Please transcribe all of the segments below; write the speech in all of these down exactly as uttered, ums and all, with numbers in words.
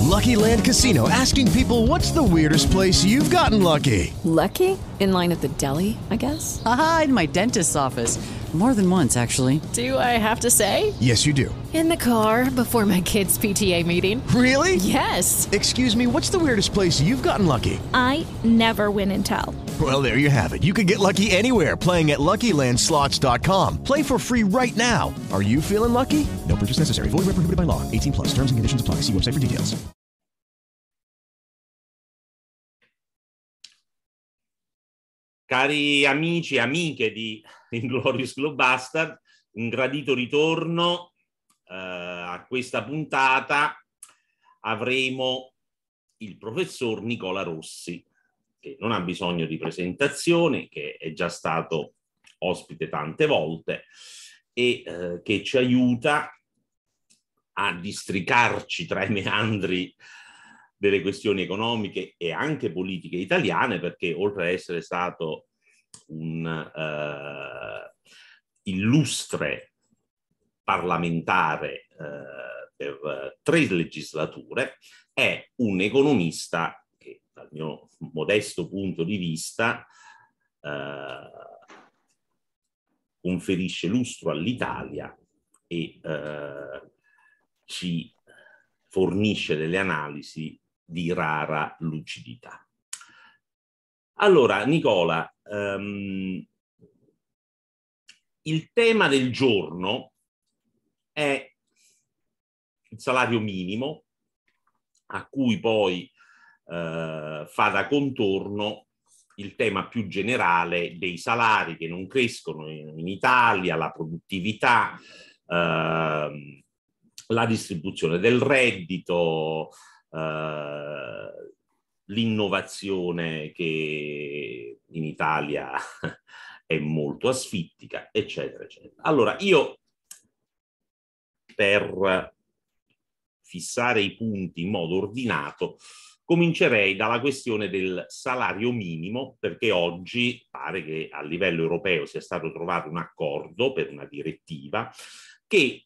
Lucky Land Casino, asking people, what's the weirdest place you've gotten lucky? Lucky? In line at the deli, I guess? Aha, in my dentist's office. More than once, actually. Do I have to say? Yes, you do. In the car before my kids' P T A meeting. Really? Yes. Excuse me, what's the weirdest place you've gotten lucky? I never win and tell. Well, there you have it. You can get lucky anywhere, playing at Lucky Land Slots dot com. Play for free right now. Are you feeling lucky? No purchase necessary. Void where prohibited by law. eighteen plus. Terms and conditions apply. See website for details. Cari amici e amiche di Inglorious Globebusters, un gradito ritorno eh, a questa puntata. Avremo il professor Nicola Rossi, che non ha bisogno di presentazione, che è già stato ospite tante volte e eh, che ci aiuta a districarci tra i meandri delle questioni economiche e anche politiche italiane, perché oltre ad essere stato un eh, illustre parlamentare eh, per tre legislature, è un economista che dal mio modesto punto di vista eh, conferisce lustro all'Italia e eh, ci fornisce delle analisi di rara lucidità. Allora, Nicola, um, il tema del giorno è il salario minimo, a cui poi uh, fa da contorno il tema più generale dei salari che non crescono in, in Italia, la produttività, uh, la distribuzione del reddito, Uh, l'innovazione che in Italia è molto asfittica, eccetera, eccetera. Allora, io per fissare i punti in modo ordinato comincerei dalla questione del salario minimo, perché oggi pare che a livello europeo sia stato trovato un accordo per una direttiva che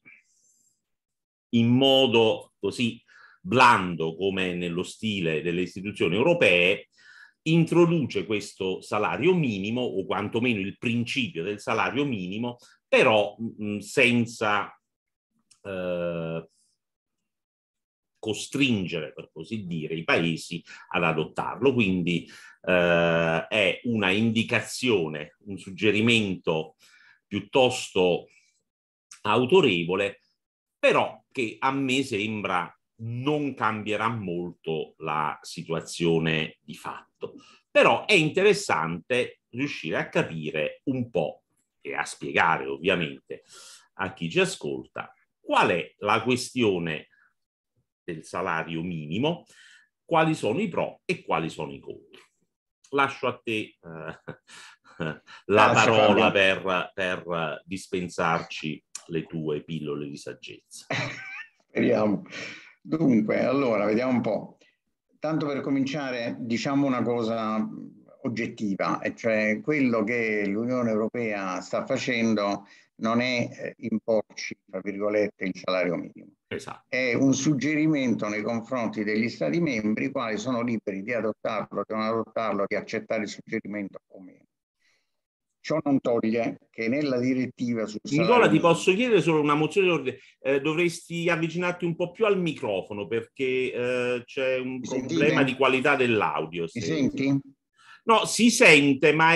in modo così blando, come nello stile delle istituzioni europee, introduce questo salario minimo, o quantomeno il principio del salario minimo, però mh, senza eh, costringere, per così dire, i paesi ad adottarlo. Quindi eh, è una indicazione, un suggerimento piuttosto autorevole, però che a me sembra non cambierà molto la situazione di fatto. Però è interessante riuscire a capire un po' e a spiegare ovviamente a chi ci ascolta qual è la questione del salario minimo, quali sono i pro e quali sono i contro. Lascio a te eh, la Grazie, parola per, per dispensarci le tue pillole di saggezza. Speriamo. Dunque, allora, vediamo un po'. Tanto per cominciare, diciamo una cosa oggettiva, e cioè quello che l'Unione Europea sta facendo non è imporci, tra virgolette, il salario minimo. Esatto. È un suggerimento nei confronti degli Stati membri, i quali sono liberi di adottarlo, di non adottarlo, di accettare il suggerimento o meno. Ciò non toglie che nella direttiva sul salario Nicola, ti minimo... posso chiedere solo una mozione di ordine? Eh, dovresti avvicinarti un po' più al microfono, perché eh, c'è un Mi problema sentite? di qualità dell'audio. Mi senti? No, si sente, ma è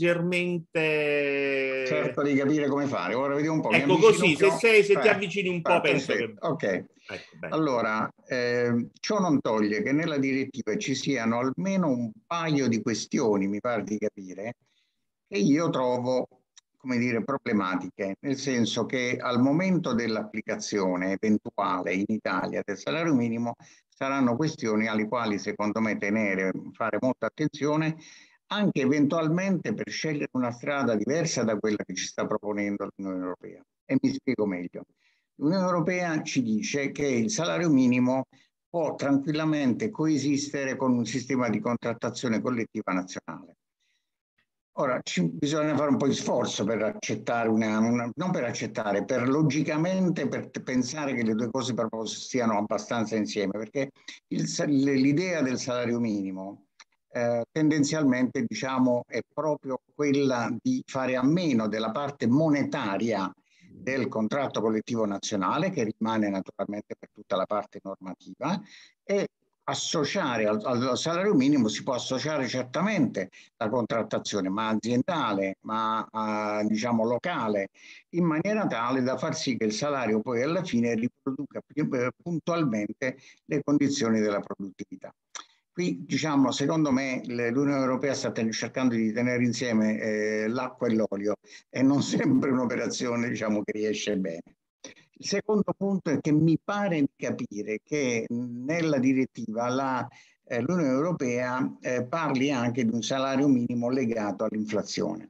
leggermente... Cerco di capire come fare. Ora vediamo un po'. Ecco, così, se, sei, se ti avvicini un po', penso che... Ok. Ecco, bene. Allora, eh, ciò non toglie che nella direttiva ci siano almeno un paio di questioni, mi pare di capire, che io trovo, come dire, problematiche, nel senso che al momento dell'applicazione eventuale in Italia del salario minimo saranno questioni alle quali secondo me tenere, fare molta attenzione, anche eventualmente per scegliere una strada diversa da quella che ci sta proponendo l'Unione Europea. E mi spiego meglio. L'Unione Europea ci dice che il salario minimo può tranquillamente coesistere con un sistema di contrattazione collettiva nazionale. Ora, ci, bisogna fare un po' di sforzo per accettare, una, una, non per accettare, per logicamente per pensare che le due cose proprio stiano abbastanza insieme, perché il, l'idea del salario minimo eh, tendenzialmente, diciamo, è proprio quella di fare a meno della parte monetaria del contratto collettivo nazionale, che rimane naturalmente per tutta la parte normativa, e associare al, al salario minimo si può associare certamente la contrattazione, ma aziendale, ma eh, diciamo locale, in maniera tale da far sì che il salario poi alla fine riproduca puntualmente le condizioni della produttività. Qui, diciamo, secondo me l'Unione Europea sta cercando di tenere insieme eh, l'acqua e l'olio, e non sempre un'operazione, diciamo, che riesce bene. Il secondo punto è che mi pare di capire che nella direttiva la, eh, l'Unione Europea eh, parli anche di un salario minimo legato all'inflazione.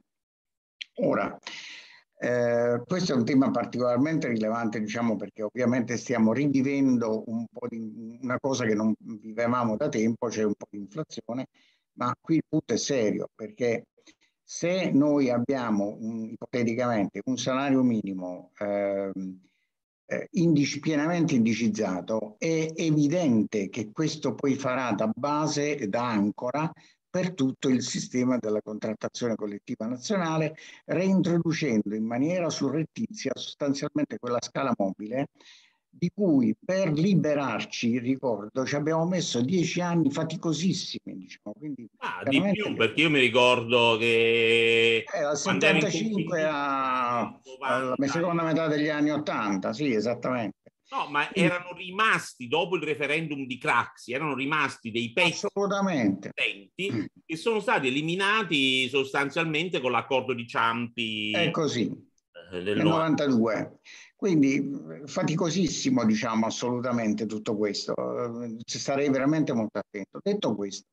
Ora, eh, questo è un tema particolarmente rilevante, diciamo, perché ovviamente stiamo rivivendo un po' di una cosa che non vivevamo da tempo, cioè un po' di inflazione, ma qui il punto è serio, perché se noi abbiamo un, ipoteticamente un salario minimo eh, eh, indici, pienamente indicizzato, è evidente che questo poi farà da base e da ancora per tutto il sistema della contrattazione collettiva nazionale, reintroducendo in maniera surrettizia sostanzialmente quella scala mobile di cui per liberarci, ricordo, ci abbiamo messo dieci anni faticosissimi, diciamo. Quindi ah, di più, veramente... perché io mi ricordo che Eh, dal quando ero in settantacinque Confindustria, alla seconda metà degli anni ottanta, sì, esattamente. no, ma Quindi, erano rimasti, dopo il referendum di Craxi, erano rimasti dei pezzi assolutamente che sono stati eliminati sostanzialmente con l'accordo di Ciampi. È così, eh, del nel novantadue. Quindi faticosissimo, diciamo, assolutamente tutto questo. Ci starei veramente molto attento. Detto questo,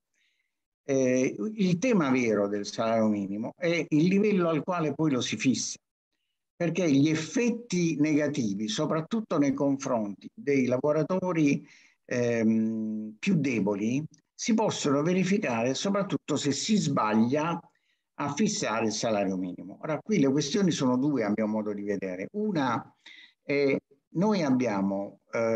eh, il tema vero del salario minimo è il livello al quale poi lo si fissa, perché gli effetti negativi, soprattutto nei confronti dei lavoratori ehm, più deboli, si possono verificare soprattutto se si sbaglia a fissare il salario minimo. Ora, qui le questioni sono due, a mio modo di vedere. Una è noi abbiamo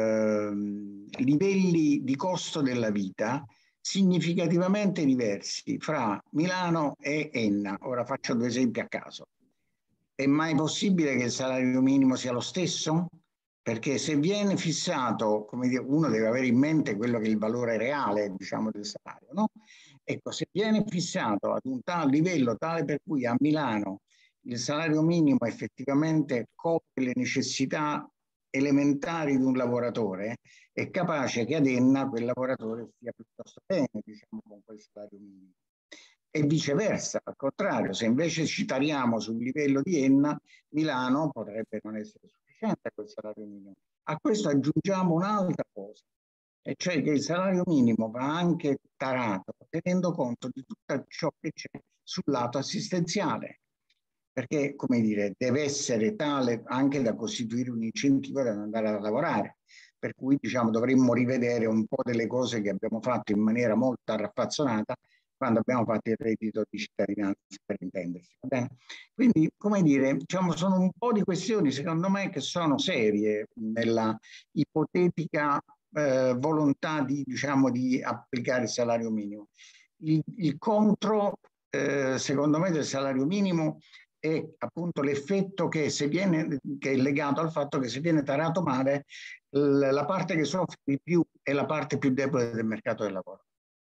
ehm, livelli di costo della vita significativamente diversi fra Milano e Enna. Ora faccio due esempi a caso. È mai possibile che il salario minimo sia lo stesso? Perché se viene fissato, come dire, uno deve avere in mente quello che è il valore reale, diciamo, del salario, no? Ecco, se viene fissato ad un tal livello tale per cui a Milano il salario minimo effettivamente copre le necessità elementari di un lavoratore, è capace che ad Enna quel lavoratore stia piuttosto bene, diciamo, con quel salario minimo. E viceversa, al contrario, se invece ci tariamo sul livello di Enna, Milano potrebbe non essere sufficiente a quel salario minimo. A questo aggiungiamo un'altra cosa, e cioè che il salario minimo va anche tarato tenendo conto di tutto ciò che c'è sul lato assistenziale, perché, come dire, deve essere tale anche da costituire un incentivo ad andare a lavorare, per cui, diciamo, dovremmo rivedere un po' delle cose che abbiamo fatto in maniera molto raffazzonata quando abbiamo fatto il reddito di cittadinanza, per intendersi. Va bene? Quindi, come dire, diciamo, sono un po' di questioni, secondo me, che sono serie nella ipotetica eh, volontà di, diciamo, di applicare il salario minimo. Il, il contro, eh, secondo me, del salario minimo è appunto l'effetto che, se viene, che è legato al fatto che se viene tarato male, la parte che soffre di più è la parte più debole del mercato del lavoro.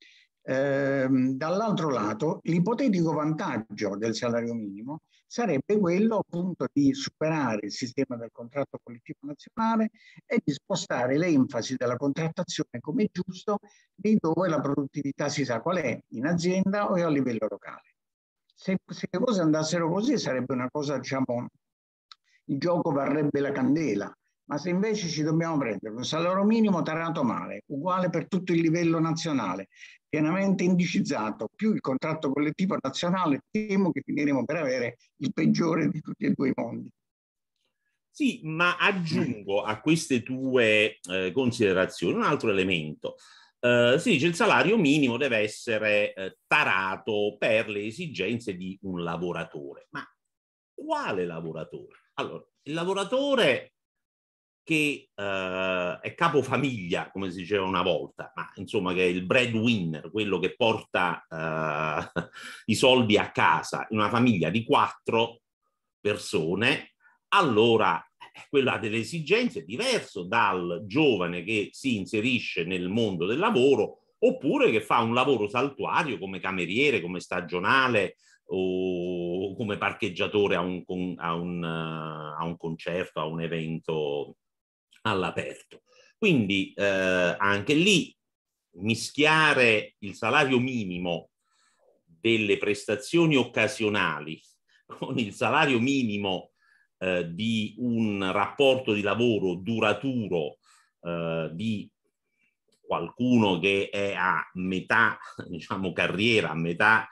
Ehm, dall'altro lato, l'ipotetico vantaggio del salario minimo sarebbe quello appunto di superare il sistema del contratto collettivo nazionale e di spostare l'enfasi della contrattazione, come è giusto, di dove la produttività si sa qual è, in azienda o a livello locale. Se, se le cose andassero così sarebbe una cosa, diciamo, il gioco varrebbe la candela. Ma se invece ci dobbiamo prendere un salario minimo tarato male, uguale per tutto il livello nazionale, pienamente indicizzato, più il contratto collettivo nazionale, temo che finiremo per avere il peggiore di tutti e due i mondi. Sì, ma aggiungo a queste tue eh, considerazioni un altro elemento. eh, si dice il salario minimo deve essere eh, tarato per le esigenze di un lavoratore. Ma quale lavoratore? Allora, il lavoratore che eh, è capofamiglia, come si diceva una volta, ma insomma che è il breadwinner, quello che porta eh, i soldi a casa in una famiglia di quattro persone, allora quello ha delle esigenze diverse dal giovane che si inserisce nel mondo del lavoro oppure che fa un lavoro saltuario come cameriere, come stagionale o come parcheggiatore a un, a un, a un concerto, a un evento all'aperto. Quindi eh, anche lì mischiare il salario minimo delle prestazioni occasionali con il salario minimo eh, di un rapporto di lavoro duraturo eh, di qualcuno che è a metà, diciamo, carriera, a metà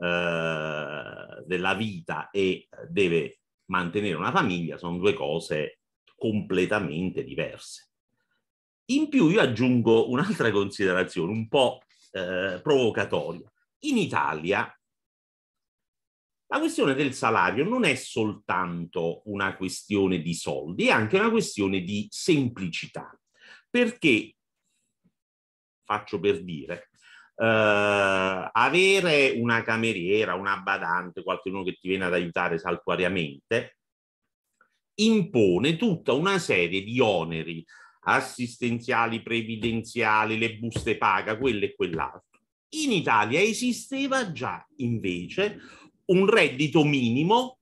eh, della vita e deve mantenere una famiglia, sono due cose completamente diverse. In più io aggiungo un'altra considerazione un po' eh, provocatoria. In Italia la questione del salario non è soltanto una questione di soldi, è anche una questione di semplicità. Perché, faccio per dire, eh, avere una cameriera, una badante, qualcuno che ti viene ad aiutare saltuariamente, impone tutta una serie di oneri assistenziali, previdenziali, le buste paga, quello e quell'altro. In Italia esisteva già invece un reddito minimo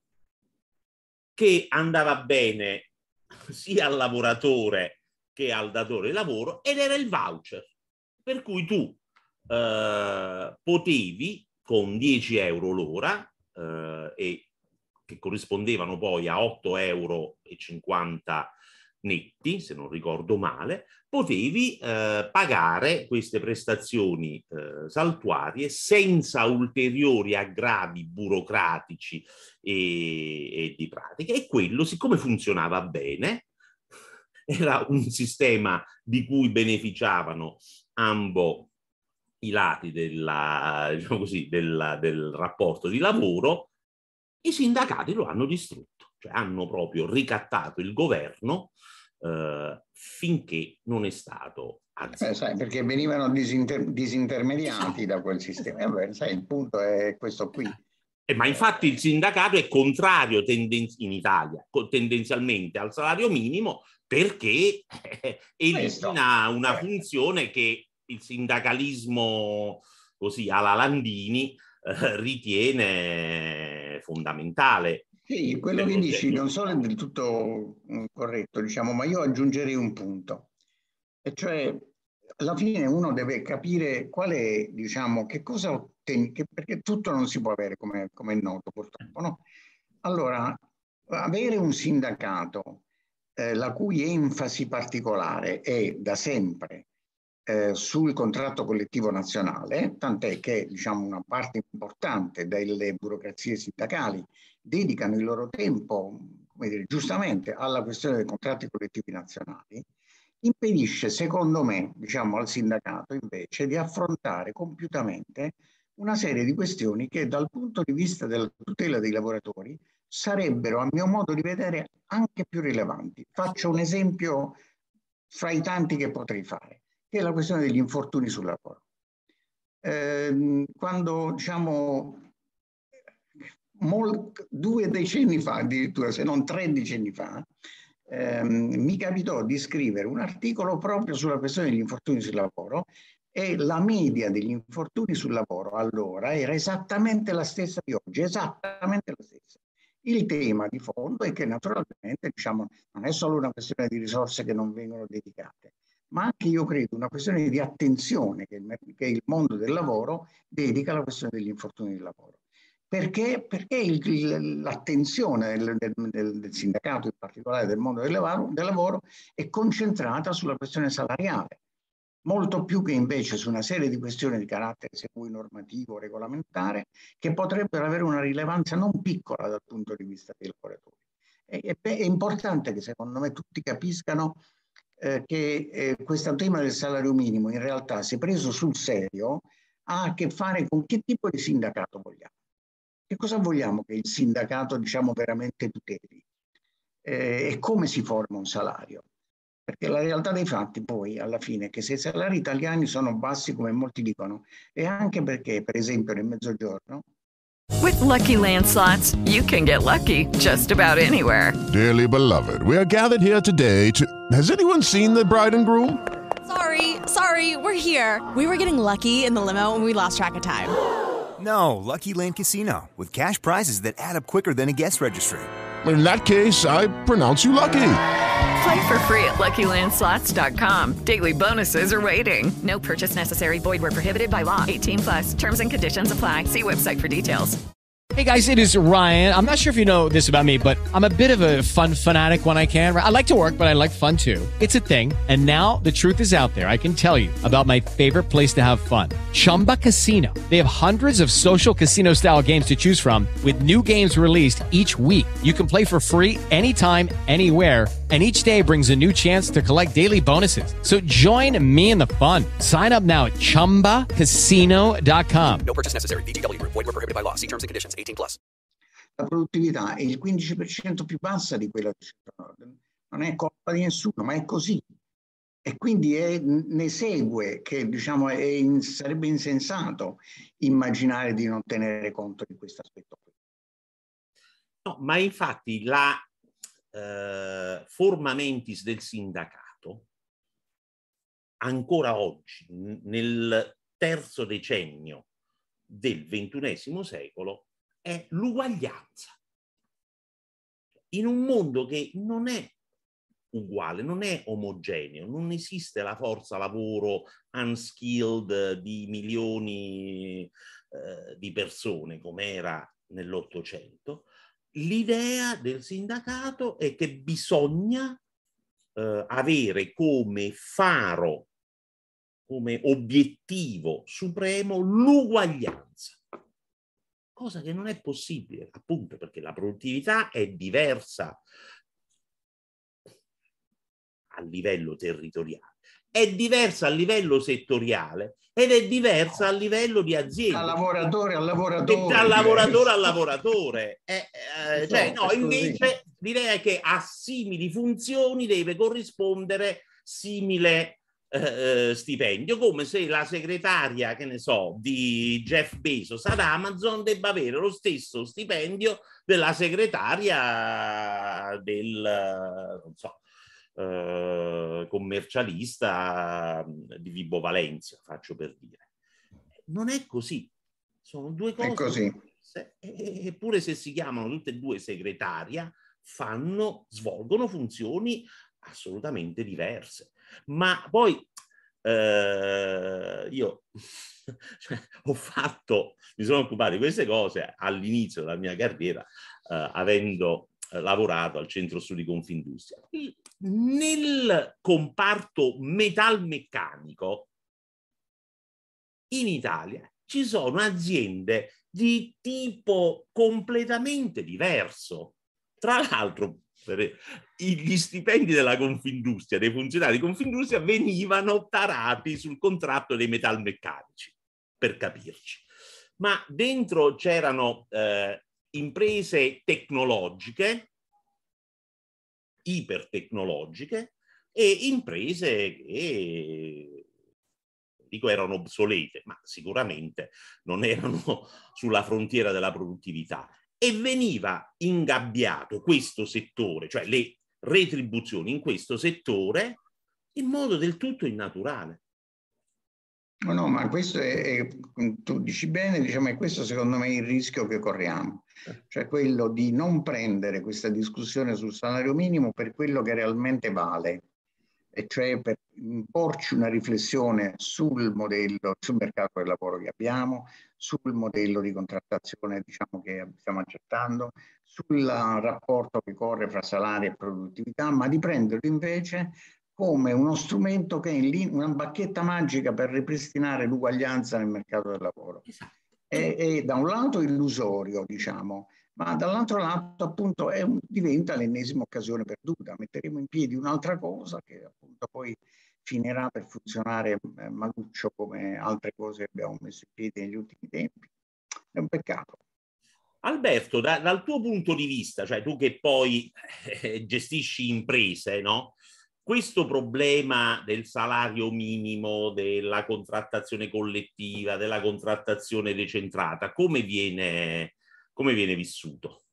che andava bene sia al lavoratore che al datore di lavoro ed era il voucher, per cui tu eh, potevi con dieci euro l'ora eh, e che corrispondevano poi a otto euro e cinquanta netti, se non ricordo male, potevi eh, pagare queste prestazioni eh, saltuarie senza ulteriori aggravi burocratici e, e di pratica. E quello, siccome funzionava bene, era un sistema di cui beneficiavano ambo i lati della, diciamo così, della, del rapporto di lavoro. I sindacati lo hanno distrutto, cioè hanno proprio ricattato il governo eh, finché non è stato eh, sai, perché venivano disinter disintermediati da quel sistema. Eh, beh, sai, il punto è questo qui. Eh, ma infatti il sindacato è contrario in Italia tendenzialmente al salario minimo perché eh, elimina una funzione che il sindacalismo così alla Landini eh, ritiene fondamentale. Sì, quello che dici non solo è del tutto corretto, diciamo, ma io aggiungerei un punto, e cioè alla fine uno deve capire qual è, diciamo, che cosa ottieni, perché tutto non si può avere come, come è noto purtroppo, no? Allora, avere un sindacato eh, la cui enfasi particolare è da sempre eh, sul contratto collettivo nazionale, tant'è che, diciamo, una parte importante delle burocrazie sindacali dedicano il loro tempo, come dire, giustamente alla questione dei contratti collettivi nazionali, impedisce, secondo me, diciamo, al sindacato invece di affrontare compiutamente una serie di questioni che dal punto di vista della tutela dei lavoratori sarebbero, a mio modo di vedere, anche più rilevanti. Faccio un esempio fra i tanti che potrei fare, che è la questione degli infortuni sul lavoro. Eh, quando, diciamo, due decenni fa, addirittura, se non tre decenni fa, ehm, mi capitò di scrivere un articolo proprio sulla questione degli infortuni sul lavoro e la media degli infortuni sul lavoro allora era esattamente la stessa di oggi, esattamente la stessa. Il tema di fondo è che naturalmente, diciamo, non è solo una questione di risorse che non vengono dedicate, ma anche, io credo, una questione di attenzione che il, che il mondo del lavoro dedica alla questione degli infortuni del lavoro. Perché? Perché l'attenzione del, del, del, del sindacato, in particolare del mondo del lavoro, del lavoro, è concentrata sulla questione salariale, molto più che invece su una serie di questioni di carattere, se vuoi, normativo, regolamentare, che potrebbero avere una rilevanza non piccola dal punto di vista dei lavoratori. È, è, è importante che, secondo me, tutti capiscano eh, che eh, questo tema del salario minimo in realtà, se preso sul serio, ha a che fare con che tipo di sindacato vogliamo. Che cosa vogliamo che il sindacato, diciamo, veramente tuteli? Eh, e come si forma un salario? Perché la realtà dei fatti poi alla fine è che se i salari italiani sono bassi come molti dicono, e anche perché per esempio nel Mezzogiorno. With Lucky Land Slots, you can get lucky just about anywhere. Dearly beloved, we are gathered here today to... Has anyone seen the bride and groom? Sorry, sorry, we're here. We were getting lucky in the limo and we lost track of time. No, Lucky Land Casino, with cash prizes that add up quicker than a guest registry. In that case, I pronounce you lucky. Play for free at Lucky Land Slots dot com. Daily bonuses are waiting. No purchase necessary. Void where prohibited by law. eighteen plus. Terms and conditions apply. See website for details. Hey guys, it is Ryan. I'm not sure if you know this about me, but I'm a bit of a fun fanatic when I can. I like to work, but I like fun too. It's a thing. And now the truth is out there. I can tell you about my favorite place to have fun. Chumba Casino. They have hundreds of social casino style games to choose from with new games released each week. You can play for free anytime, anywhere. And each day brings a new chance to collect daily bonuses. So join me in the fun. Sign up now at chumba casino dot com. No purchase necessary. V G W Group. Void where prohibited by law. See terms and conditions. eighteen plus. La produttività è il quindici per cento più bassa di quella del centro-nord. Non è colpa di nessuno, ma è così. E quindi è, ne segue che, diciamo, è in, sarebbe insensato immaginare di non tenere conto di questo aspetto. No, ma infatti la eh, forma mentis del sindacato ancora oggi, nel terzo decennio del ventunesimo secolo, è l'uguaglianza. In un mondo che non è uguale, non è omogeneo, non esiste la forza lavoro unskilled di milioni eh, di persone come era nell'Ottocento. L'idea del sindacato è che bisogna eh, avere come faro, come obiettivo supremo l'uguaglianza. Cosa che non è possibile, appunto perché la produttività è diversa a livello territoriale, è diversa a livello settoriale ed è diversa a livello di azienda. Da lavoratore a lavoratore. E da lavoratore a lavoratore. Eh, eh, cioè, no, invece l'idea è che a simili funzioni deve corrispondere simile Uh, stipendio, come se la segretaria, che ne so, di Jeff Bezos ad Amazon debba avere lo stesso stipendio della segretaria del, non so, uh, commercialista di Vibo Valentia, faccio per dire. Non è così, sono due cose. È così. Eppure se si chiamano tutte e due segretaria, fanno, svolgono funzioni assolutamente diverse. Ma poi eh, io cioè, ho fatto, mi sono occupato di queste cose all'inizio della mia carriera, eh, avendo eh, lavorato al Centro Studi Confindustria. Nel comparto metalmeccanico in Italia ci sono aziende di tipo completamente diverso. Tra l'altro, gli stipendi della Confindustria, dei funzionari di Confindustria, venivano tarati sul contratto dei metalmeccanici, per capirci. Ma dentro c'erano eh, imprese tecnologiche, ipertecnologiche, e imprese che, dico, erano obsolete, ma sicuramente non erano sulla frontiera della produttività. E veniva ingabbiato questo settore, cioè le retribuzioni in questo settore, in modo del tutto innaturale. No, no, ma questo è, è tu dici bene, diciamo, e questo secondo me è il rischio che corriamo, cioè quello di non prendere questa discussione sul salario minimo per quello che realmente vale, e cioè per imporci una riflessione sul modello, sul mercato del lavoro che abbiamo, sul modello di contrattazione, diciamo, che stiamo accettando, sul rapporto che corre fra salario e produttività, ma di prenderlo invece come uno strumento che è in una bacchetta magica per ripristinare l'uguaglianza nel mercato del lavoro. Esatto. È, è da un lato illusorio, diciamo, ma dall'altro lato appunto è un, diventa l'ennesima occasione perduta. Metteremo in piedi un'altra cosa che appunto poi finirà per funzionare eh, maluccio come altre cose che abbiamo messo in piedi negli ultimi tempi. È un peccato. Alberto, da, dal tuo punto di vista, cioè tu che poi eh, gestisci imprese, no? Questo problema del salario minimo, della contrattazione collettiva, della contrattazione decentrata, come viene, come viene vissuto?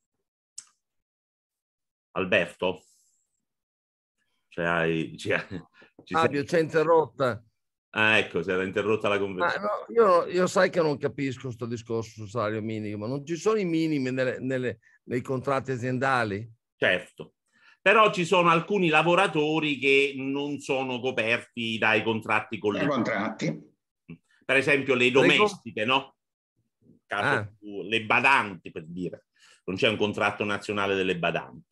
Alberto? Cioè, hai, cioè, ci Fabio, sei... c'è interrotta. Ah, ecco, si era interrotta la conversazione. No, io, io sai che non capisco questo discorso sul salario minimo. Non ci sono i minimi nelle, nelle, nei contratti aziendali? Certo. Però ci sono alcuni lavoratori che non sono coperti dai contratti collettivi. contratti. Per esempio le domestiche, no? Caso ah. le badanti, per dire. Non c'è un contratto nazionale delle badanti.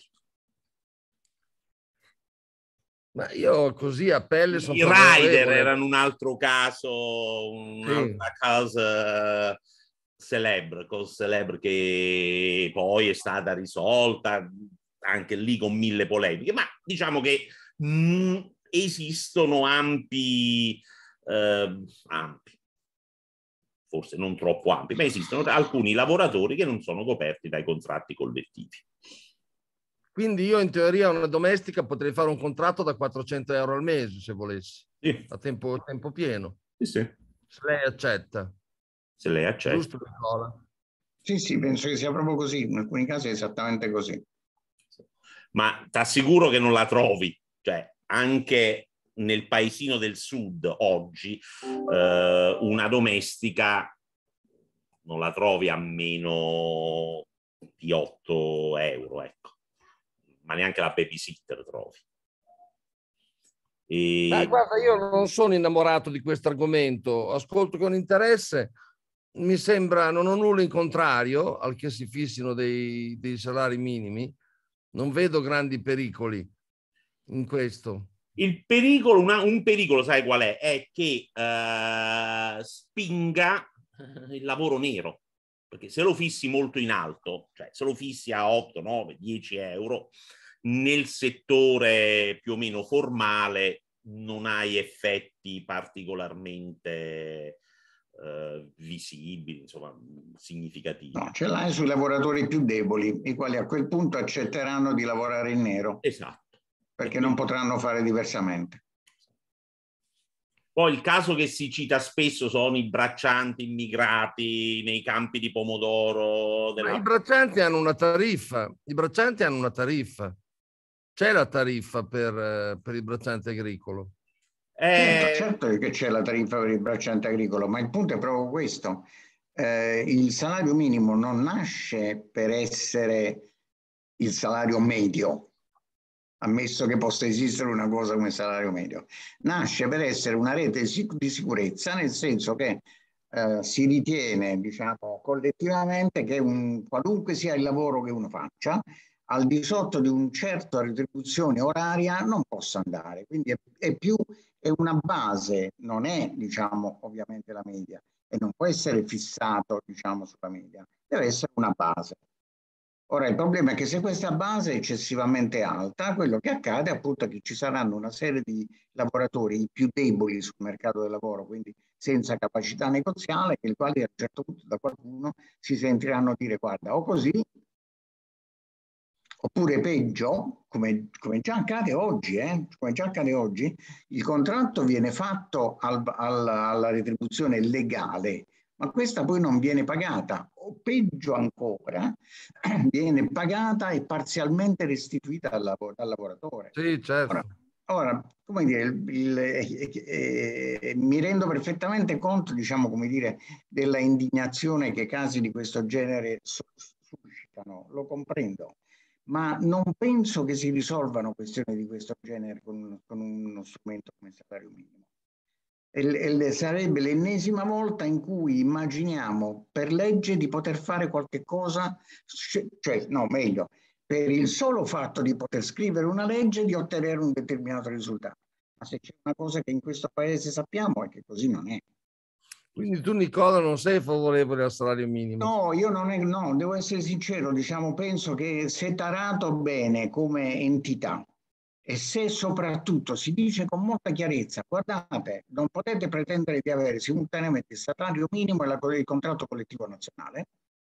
Ma io così a pelle sono I rider erano un altro caso, un'altra sì. cosa celebre, cosa celebre che poi è stata risolta anche lì con mille polemiche, ma diciamo che mh, esistono ampi, eh, ampi, forse non troppo ampi, ma esistono alcuni lavoratori che non sono coperti dai contratti collettivi. Quindi io in teoria una domestica potrei fare un contratto da quattrocento euro al mese se volessi, sì. a tempo, tempo pieno. Sì, sì. Se lei accetta. Se lei accetta. Giusto, Nicola? Sì, sì, penso che sia proprio così, in alcuni casi è esattamente così. Ma ti assicuro che non la trovi, cioè anche nel paesino del sud oggi eh, una domestica non la trovi a meno di otto euro, ecco. Ma neanche la babysitter trovi. E... Ma guarda, io non sono innamorato di questo argomento, ascolto con interesse, mi sembra, non ho nulla in contrario al che si fissino dei, dei salari minimi, non vedo grandi pericoli in questo. Il pericolo, una, un pericolo, sai qual è? È che uh, spinga il lavoro nero. Perché se lo fissi molto in alto, cioè se lo fissi a otto, nove, dieci euro, nel settore più o meno formale non hai effetti particolarmente eh, visibili, insomma, significativi. No, ce l'hai sui lavoratori più deboli, i quali a quel punto accetteranno di lavorare in nero. Esatto. Perché non potranno fare diversamente. Poi il caso che si cita spesso sono i braccianti immigrati nei campi di pomodoro. Della... Ma i braccianti hanno una tariffa, i braccianti hanno una tariffa. C'è la tariffa per, per il bracciante agricolo. Eh... Certo, certo che c'è la tariffa per il bracciante agricolo, ma il punto è proprio questo. Eh, il salario minimo non nasce per essere il salario medio, ammesso che possa esistere una cosa come salario medio, nasce per essere una rete di sicurezza, nel senso che eh, si ritiene, diciamo, collettivamente che un, qualunque sia il lavoro che uno faccia, al di sotto di un certo retribuzione oraria non possa andare. Quindi è, è più è una base, non è, diciamo, ovviamente la media, e non può essere fissato, diciamo, sulla media, deve essere una base. Ora, il problema è che se questa base è eccessivamente alta, quello che accade appunto è che ci saranno una serie di lavoratori i più deboli sul mercato del lavoro, quindi senza capacità negoziale, che i quali a un certo punto da qualcuno si sentiranno dire guarda, o così, oppure peggio, come, come già accade oggi, eh, come già accade oggi, il contratto viene fatto al, al, alla retribuzione legale, ma questa poi non viene pagata, o peggio ancora, viene pagata e parzialmente restituita al, lav al lavoratore. Sì, certo. Ora, ora come dire, il, il, eh, eh, mi rendo perfettamente conto, diciamo, come dire, della indignazione che casi di questo genere suscitano, lo comprendo, ma non penso che si risolvano questioni di questo genere con, con uno strumento come il salario minimo. E sarebbe l'ennesima volta in cui immaginiamo per legge di poter fare qualche cosa, cioè no, meglio, per il solo fatto di poter scrivere una legge di ottenere un determinato risultato. Ma se c'è una cosa che in questo paese sappiamo è che così non è. Quindi tu, Nicola, non sei favorevole al salario minimo? No, io non è, no, devo essere sincero, diciamo, penso che se tarato bene come entità e se soprattutto si dice con molta chiarezza, guardate, non potete pretendere di avere simultaneamente il salario minimo e la, il contratto collettivo nazionale,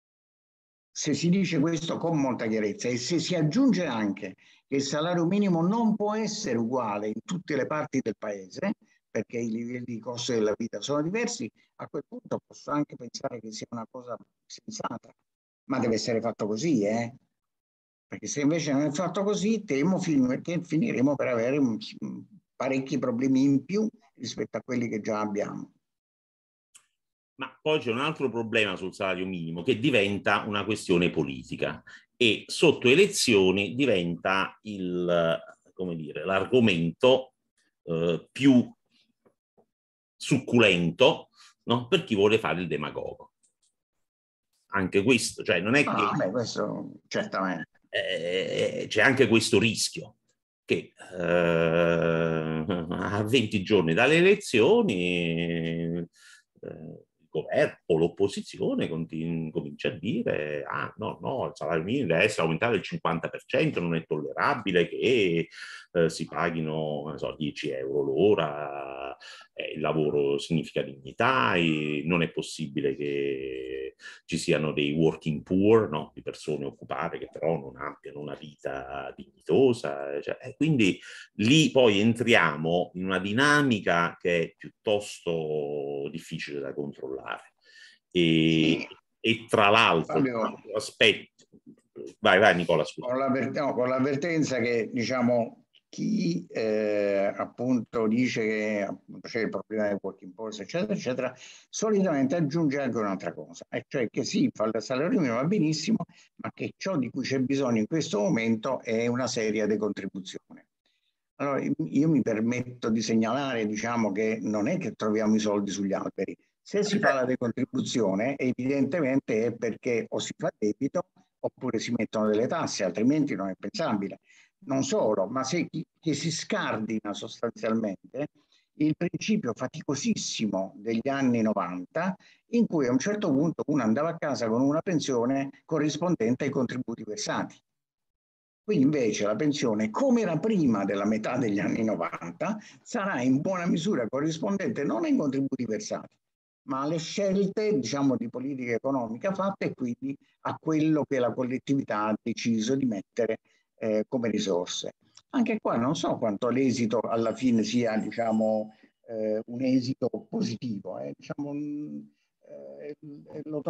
se si dice questo con molta chiarezza e se si aggiunge anche che il salario minimo non può essere uguale in tutte le parti del paese, perché i livelli di costo della vita sono diversi, a quel punto posso anche pensare che sia una cosa sensata, ma deve essere fatto così, eh? Perché se invece non è fatto così, temo che finiremo per avere un, parecchi problemi in più rispetto a quelli che già abbiamo. Ma poi c'è un altro problema sul salario minimo, che diventa una questione politica e sotto elezioni diventa il, come dire, l'argomento eh, più succulento, no? Per chi vuole fare il demagogo. Anche questo, cioè non è che... Ah, beh, questo certamente. Eh, c'è anche questo rischio che eh, a venti giorni dalle elezioni eh, il governo o l'opposizione continu- comincia a dire ah no, no, il salario minimo deve essere aumentato del cinquanta per cento, non è tollerabile che eh, si paghino non so, dieci euro l'ora, eh, il lavoro significa dignità e non è possibile che ci siano dei working poor, no? Di persone occupate che però non abbiano una vita dignitosa, cioè, e quindi lì poi entriamo in una dinamica che è piuttosto difficile da controllare e, e tra l'altro Fabio, aspetto vai vai Nicola scusa. Con, l'avver- no, con l'avvertenza che diciamo chi eh, appunto dice che appunto, c'è il problema del working poor eccetera eccetera solitamente aggiunge anche un'altra cosa, e cioè che sì, fa il salario minimo va benissimo, ma che ciò di cui c'è bisogno in questo momento è una seria decontribuzione. Allora io mi permetto di segnalare diciamo che non è che troviamo i soldi sugli alberi, se si fa la decontribuzione evidentemente è perché o si fa debito oppure si mettono delle tasse, altrimenti non è pensabile. Non solo, ma se chi, che si scardina sostanzialmente il principio faticosissimo degli anni novanta, in cui a un certo punto uno andava a casa con una pensione corrispondente ai contributi versati. Qui invece la pensione, come era prima della metà degli anni novanta, sarà in buona misura corrispondente non ai contributi versati, ma alle scelte, diciamo, di politica economica fatte e quindi a quello che la collettività ha deciso di mettere eh, come risorse. Anche qua non so quanto l'esito alla fine sia, diciamo, eh, un esito positivo. Eh. Diciamo, eh, lo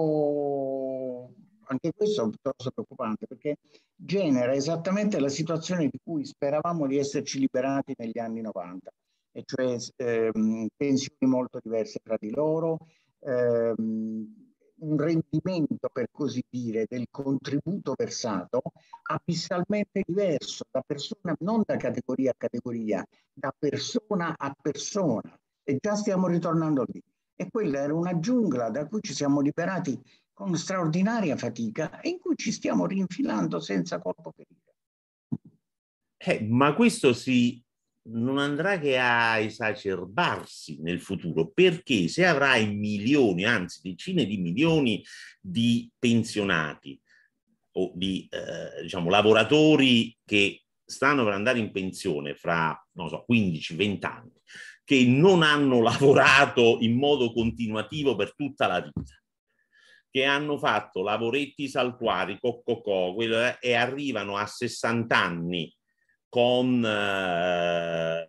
trovo anche questo piuttosto preoccupante, perché genera esattamente la situazione di cui speravamo di esserci liberati negli anni novanta. E cioè ehm, pensioni molto diverse tra di loro, ehm, un rendimento per così dire del contributo versato abissalmente diverso da persona, non da categoria a categoria, da persona a persona, e già stiamo ritornando lì. E quella era una giungla da cui ci siamo liberati con straordinaria fatica e in cui ci stiamo rinfilando senza colpo ferire. Eh, ma questo si non andrà che a esacerbarsi nel futuro, perché se avrai milioni, anzi decine di milioni di pensionati o di eh, diciamo lavoratori che stanno per andare in pensione fra non so quindici venti anni, che non hanno lavorato in modo continuativo per tutta la vita, che hanno fatto lavoretti saltuari, coccocò, quello, eh, e arrivano a sessanta anni con eh,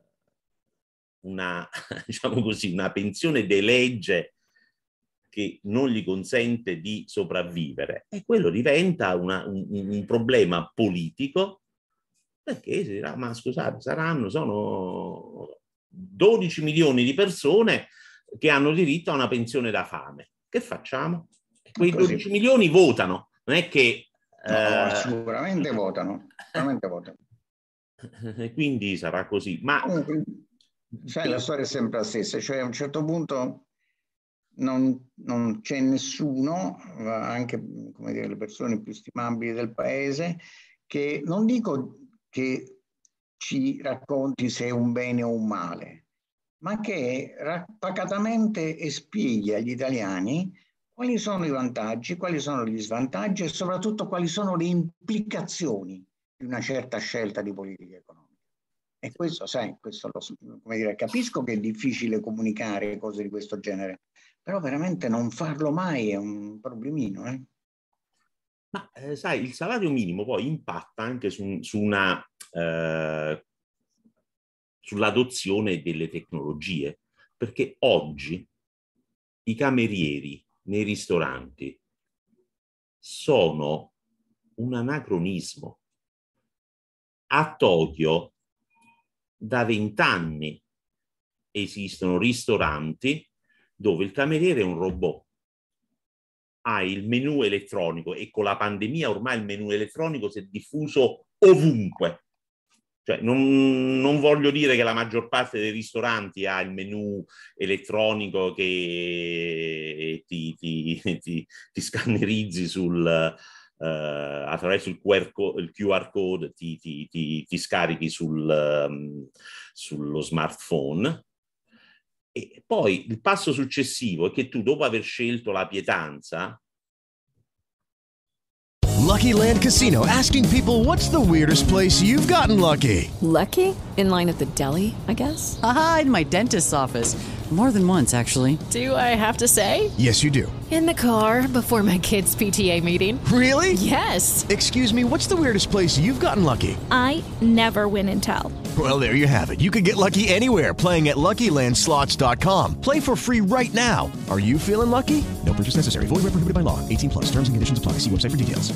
una, diciamo così, una pensione de legge che non gli consente di sopravvivere, e quello diventa una, un, un problema politico, perché si dirà, ma scusate, saranno, sono dodici milioni di persone che hanno diritto a una pensione da fame. Che facciamo? Quei dodici milioni votano, non è che... No, eh, sicuramente votano, sicuramente votano. E quindi sarà così. Ma comunque, sai, la storia è sempre la stessa, cioè a un certo punto non, non c'è nessuno, anche come dire, le persone più stimabili del paese, che non dico che ci racconti se è un bene o un male, ma che pacatamente spieghi agli italiani quali sono i vantaggi, quali sono gli svantaggi e soprattutto quali sono le implicazioni di una certa scelta di politica economica. E questo, sai, questo lo, come dire, capisco che è difficile comunicare cose di questo genere, però veramente non farlo mai è un problemino. Eh? Ma eh, sai, il salario minimo poi impatta anche su, su una eh, sull'adozione delle tecnologie, perché oggi i camerieri nei ristoranti sono un anacronismo. A Tokyo da vent'anni esistono ristoranti dove il cameriere è un robot, ha il menù elettronico e con la pandemia ormai il menù elettronico si è diffuso ovunque. Cioè, non, non voglio dire che la maggior parte dei ristoranti ha il menù elettronico che ti, ti, ti, ti scannerizzi sul... Uh, attraverso il Q R, co- il Q R code ti, ti, ti, ti scarichi sul, um, sullo smartphone. E poi il passo successivo è che tu, dopo aver scelto la pietanza... Lucky Land Casino, asking people, what's the weirdest place you've gotten lucky? Lucky? In line at the deli, I guess? Aha, in my dentist's office. More than once, actually. Do I have to say? Yes, you do. In the car before my kids' P T A meeting. Really? Yes. Excuse me, what's the weirdest place you've gotten lucky? I never win and tell. Well, there you have it. You can get lucky anywhere, playing at Lucky Land Slots dot com. Play for free right now. Are you feeling lucky? No purchase necessary. Void where prohibited by law. eighteen plus. Terms and conditions apply. See website for details.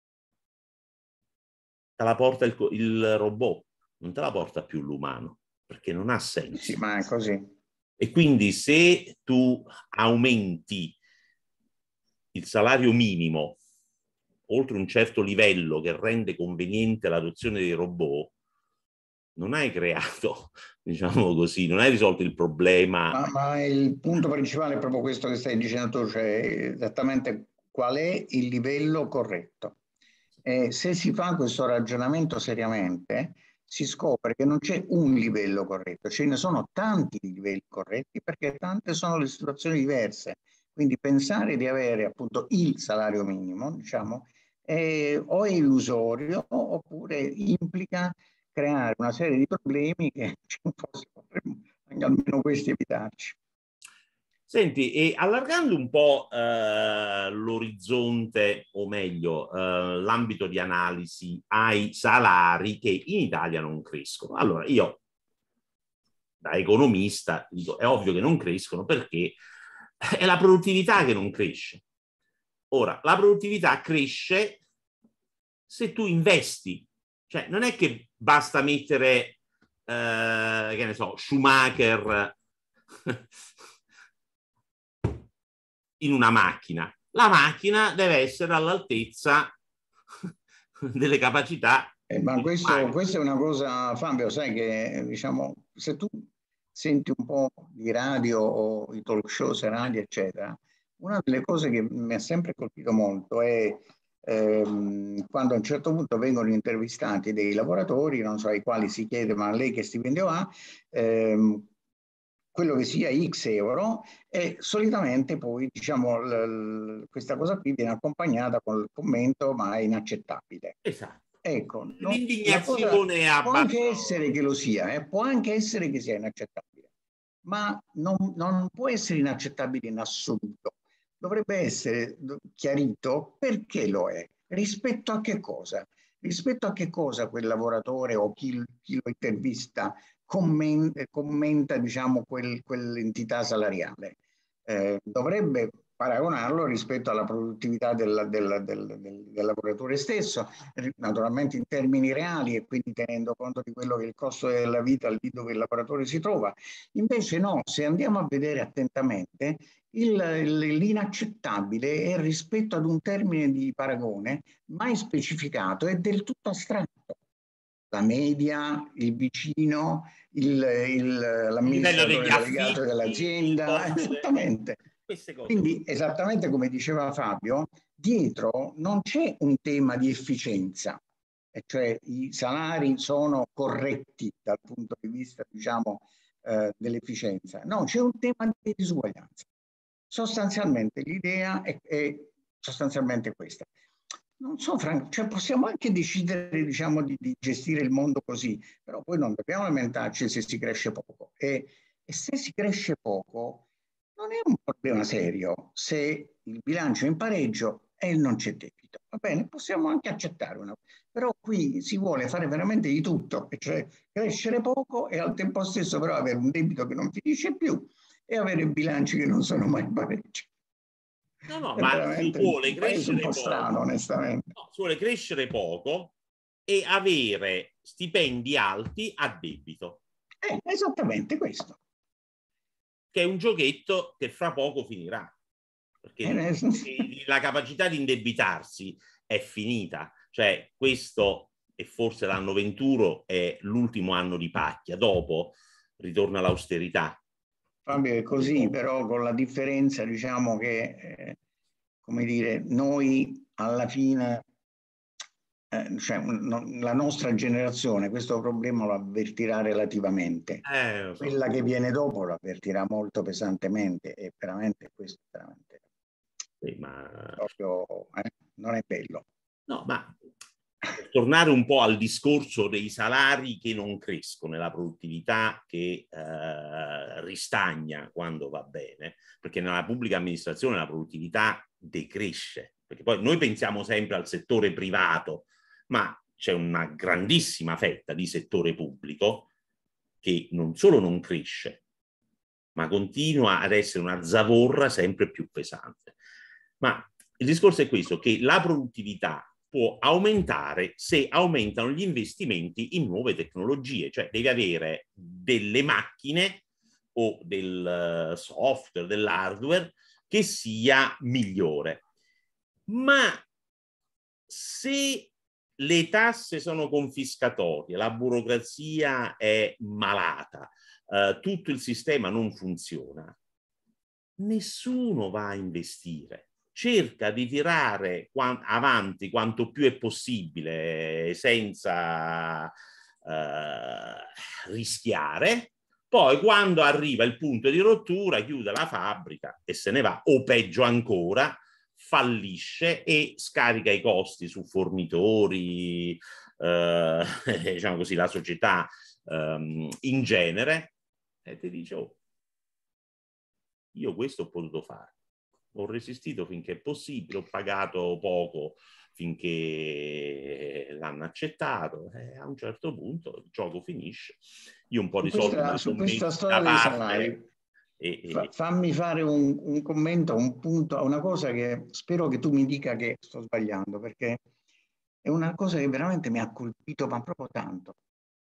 Te la porta il, il robot, non te la porta più l'umano, perché non ha senso. Sì, ma è così. E quindi se tu aumenti il salario minimo oltre un certo livello che rende conveniente l'adozione dei robot, non hai creato, diciamo così, non hai risolto il problema. Ma, ma il punto principale è proprio questo che stai dicendo tu, cioè esattamente qual è il livello corretto. Eh, se si fa questo ragionamento seriamente, si scopre che non c'è un livello corretto, ce ne sono tanti livelli corretti perché tante sono le situazioni diverse. Quindi pensare di avere appunto il salario minimo, diciamo, è, o è illusorio oppure implica creare una serie di problemi che forse potremmo anche almeno questi evitarci. Senti, e allargando un po' eh, l'orizzonte, o meglio, eh, l'ambito di analisi ai salari che in Italia non crescono. Allora, io, da economista, dico, è ovvio che non crescono perché è la produttività che non cresce. Ora, la produttività cresce se tu investi. Cioè, non è che basta mettere, eh, che ne so, Schumacher in una macchina. La macchina deve essere all'altezza delle capacità. Eh, ma questo, questa è una cosa, Fabio, sai che diciamo, se tu senti un po' di radio o i talk show serali, eccetera, una delle cose che mi ha sempre colpito molto è ehm, quando a un certo punto vengono intervistati dei lavoratori, non so ai quali si chiede ma lei che stipendio ha, ehm, quello che sia X euro, e solitamente poi diciamo l- l- questa cosa qui viene accompagnata col commento ma è inaccettabile. Esatto. Ecco, no, l'indignazione cosa, a può anche essere che lo sia, eh, può anche essere che sia inaccettabile, ma non, non può essere inaccettabile in assoluto. Dovrebbe essere chiarito perché lo è, rispetto a che cosa, rispetto a che cosa quel lavoratore o chi, chi lo intervista commenta, commenta diciamo, quel, quell'entità salariale. Eh, dovrebbe paragonarlo rispetto alla produttività del, del, del, del, del lavoratore stesso, naturalmente in termini reali e quindi tenendo conto di quello che è il costo della vita lì dove il lavoratore si trova. Invece no, se andiamo a vedere attentamente, il, l'inaccettabile è rispetto ad un termine di paragone mai specificato, è del tutto astratto. La media, il vicino, il, il, l'amministratore delegato dell'azienda, esattamente. Quindi, esattamente come diceva Fabio, dietro non c'è un tema di efficienza, e cioè i salari sono corretti dal punto di vista, diciamo, eh, dell'efficienza. No, c'è un tema di disuguaglianza. Sostanzialmente l'idea è, è sostanzialmente questa. Non so, Franco, cioè possiamo anche decidere, diciamo, di, di gestire il mondo così, però poi non dobbiamo lamentarci se si cresce poco. E, e se si cresce poco non è un problema serio se il bilancio è in pareggio e non c'è debito. Va bene, possiamo anche accettare una. Però qui si vuole fare veramente di tutto, cioè crescere poco e al tempo stesso però avere un debito che non finisce più e avere bilanci che non sono mai in pareggio. No, no, È ma si vuole crescere un po' poco, strano, onestamente. no, si vuole crescere poco e avere stipendi alti a debito. Eh, esattamente questo. Che è un giochetto che fra poco finirà. Perché eh, la capacità di indebitarsi è finita. Cioè, questo, e forse l'anno venturo, è l'ultimo anno di pacchia. Dopo ritorna l'austerità. Fabio, è così, però con la differenza, diciamo che, eh, come dire, noi alla fine, eh, cioè, non, la nostra generazione questo problema lo avvertirà relativamente. Eh, lo so. Quella che viene dopo lo avvertirà molto pesantemente e veramente questo è veramente sì, ma... proprio, eh, non è bello. No, ma per tornare un po' al discorso dei salari che non crescono e la produttività che eh, ristagna quando va bene, perché nella pubblica amministrazione la produttività decresce, perché poi noi pensiamo sempre al settore privato, ma c'è una grandissima fetta di settore pubblico che non solo non cresce, ma continua ad essere una zavorra sempre più pesante. Ma il discorso è questo, che la produttività può aumentare se aumentano gli investimenti in nuove tecnologie, cioè devi avere delle macchine o del software, dell'hardware che sia migliore. Ma se le tasse sono confiscatorie, la burocrazia è malata, eh, tutto il sistema non funziona, nessuno va a investire. Cerca di tirare avanti quanto più è possibile senza eh, rischiare, poi quando arriva il punto di rottura chiude la fabbrica e se ne va, o peggio ancora fallisce e scarica i costi su fornitori, eh, diciamo così, la società eh, in genere, e ti dice: oh, io questo ho potuto fare. Ho resistito finché è possibile, ho pagato poco finché l'hanno accettato e a un certo punto il gioco finisce. Io un po' di soldi me li su sono questa messi storia da dei parte salari, e, e... Fa, fammi fare un, un commento, un punto, a una cosa che spero che tu mi dica che sto sbagliando, perché è una cosa che veramente mi ha colpito, ma proprio tanto.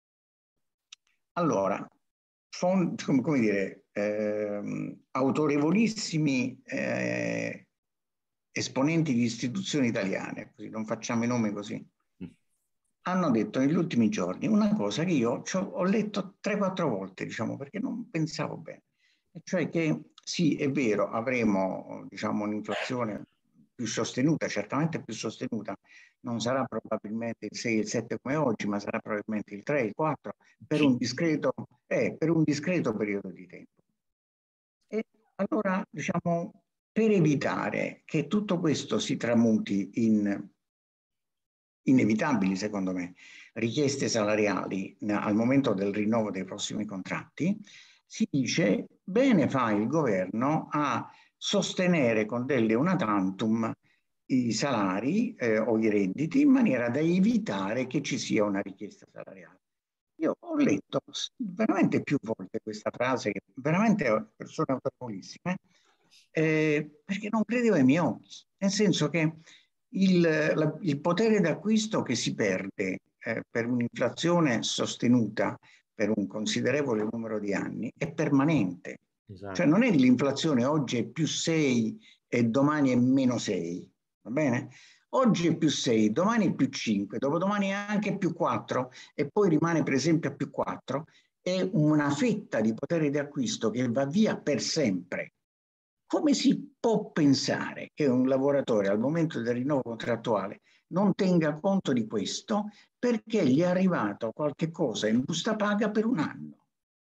Allora, font, come, come dire, eh, autorevolissimi eh, esponenti di istituzioni italiane, così non facciamo i nomi così, hanno detto negli ultimi giorni una cosa che io ho letto tre quattro volte, diciamo, perché non pensavo bene, e cioè che sì, è vero, avremo, diciamo, un'inflazione più sostenuta, certamente più sostenuta, non sarà probabilmente il sei, il sette come oggi, ma sarà probabilmente il tre, il quattro, per un discreto, eh, per un discreto periodo di tempo. E allora, diciamo, per evitare che tutto questo si tramuti in inevitabili, secondo me, richieste salariali al momento del rinnovo dei prossimi contratti, si dice: bene fa il governo a sostenere con delle una tantum i salari eh, o i redditi in maniera da evitare che ci sia una richiesta salariale. Io ho letto veramente più volte questa frase, che veramente persone autorevolissime, eh, perché non credevo ai miei occhi, nel senso che il, la, il potere d'acquisto che si perde eh, per un'inflazione sostenuta per un considerevole numero di anni è permanente. Esatto. Cioè non è che l'inflazione oggi è più sei e domani è meno sei, va bene? Oggi è più sei, domani è più cinque, dopodomani è anche più quattro e poi rimane per esempio a più quattro, è una fetta di potere di acquisto che va via per sempre. Come si può pensare che un lavoratore al momento del rinnovo contrattuale non tenga conto di questo perché gli è arrivato qualche cosa in busta paga per un anno?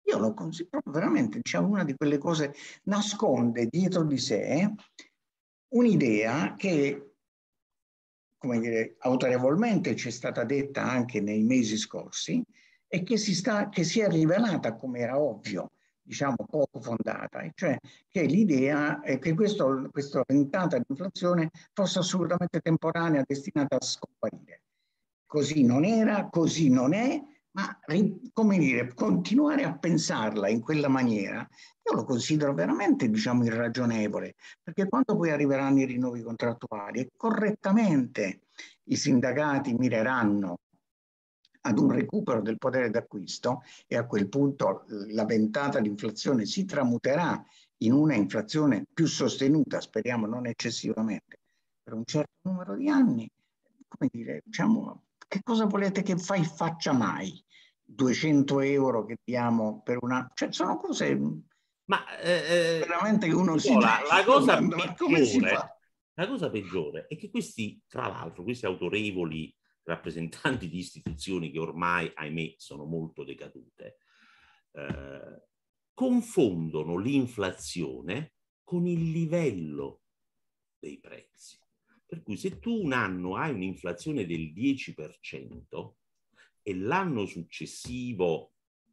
io lo considero veramente, diciamo, una di quelle cose, nasconde dietro di sé un'idea che, come dire, autorevolmente ci è stata detta anche nei mesi scorsi e che si, sta, che si è rivelata, come era ovvio, diciamo poco fondata, e cioè che l'idea è che questo, questa ventata di inflazione fosse assolutamente temporanea, destinata a scomparire. Così non era, così non è, ma come dire, continuare a pensarla in quella maniera, io lo considero veramente, diciamo, irragionevole, perché quando poi arriveranno i rinnovi contrattuali e correttamente i sindacati mireranno ad un recupero del potere d'acquisto, e a quel punto la ventata di inflazione si tramuterà in una inflazione più sostenuta, speriamo non eccessivamente, per un certo numero di anni, come dire, diciamo, che cosa volete che fai faccia mai? duecento euro che diamo per una... Cioè sono cose... Ma eh, veramente uno si... la, la cosa domanda, ma come si peggiore, fa? la cosa peggiore è che questi, tra l'altro, questi autorevoli rappresentanti di istituzioni che ormai, ahimè, sono molto decadute, eh, confondono l'inflazione con il livello dei prezzi. Per cui se tu un anno hai un'inflazione del dieci per cento e l'anno successivo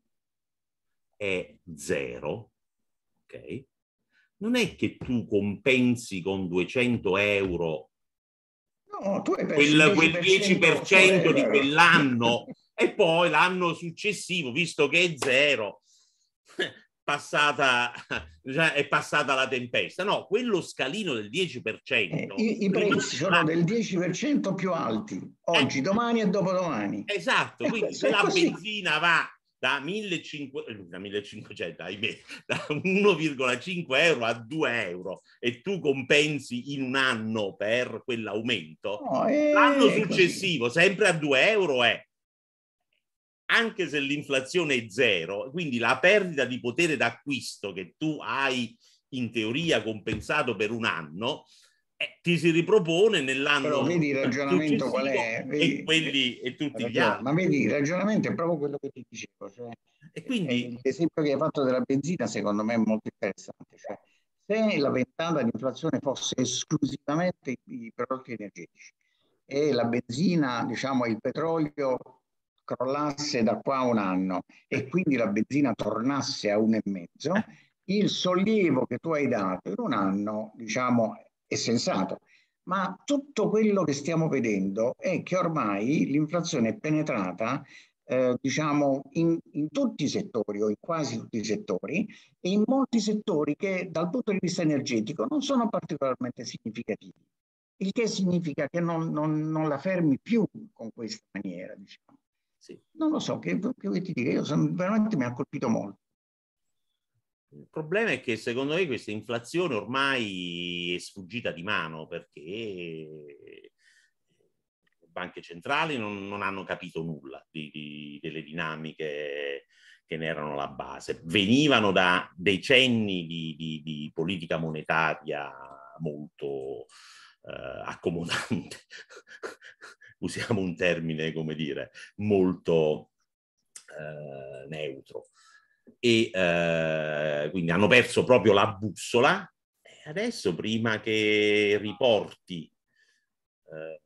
è zero, ok? Non è che tu compensi con duecento euro no, tu hai quel, quel dieci per cento di quell'anno e poi l'anno successivo, visto che è zero, passata, è passata la tempesta. No, quello scalino del dieci per cento. Eh, i, I prezzi sono la... del dieci per cento più alti, oggi, eh, domani e dopodomani. Esatto, quindi se la benzina va da millecinquecento, da millecinquecento, ahimè, da uno virgola cinque euro a due euro e tu compensi in un anno per quell'aumento, no, eh, l'anno successivo così. Sempre a due euro è, anche se l'inflazione è zero, quindi la perdita di potere d'acquisto che tu hai in teoria compensato per un anno, eh, ti si ripropone nell'anno. Però vedi il ragionamento qual è? Vedi, e quelli e tutti ragione, gli altri. Ma vedi, il ragionamento è proprio quello che ti dicevo. Cioè, e quindi l'esempio che hai fatto della benzina secondo me è molto interessante. Cioè, se la ventata di inflazione fosse esclusivamente i prodotti energetici e la benzina, diciamo, il petrolio crollasse da qua a un anno e quindi la benzina tornasse a un e mezzo, il sollievo che tu hai dato in un anno, diciamo, è sensato. Ma tutto quello che stiamo vedendo è che ormai l'inflazione è penetrata, eh, diciamo, in, in tutti i settori o in quasi tutti i settori e in molti settori che dal punto di vista energetico non sono particolarmente significativi. Il che significa che non, non, non la fermi più con questa maniera, diciamo. Sì. Non lo so, che, che vuoi ti dire? Io sono, veramente mi ha colpito molto. Il problema è che secondo me questa inflazione ormai è sfuggita di mano perché le banche centrali non, non hanno capito nulla di, di, delle dinamiche che ne erano la base. Venivano da decenni di, di, di politica monetaria molto eh, accomodante. Usiamo un termine, come dire, molto eh, neutro. E eh, quindi hanno perso proprio la bussola e adesso prima che riporti eh,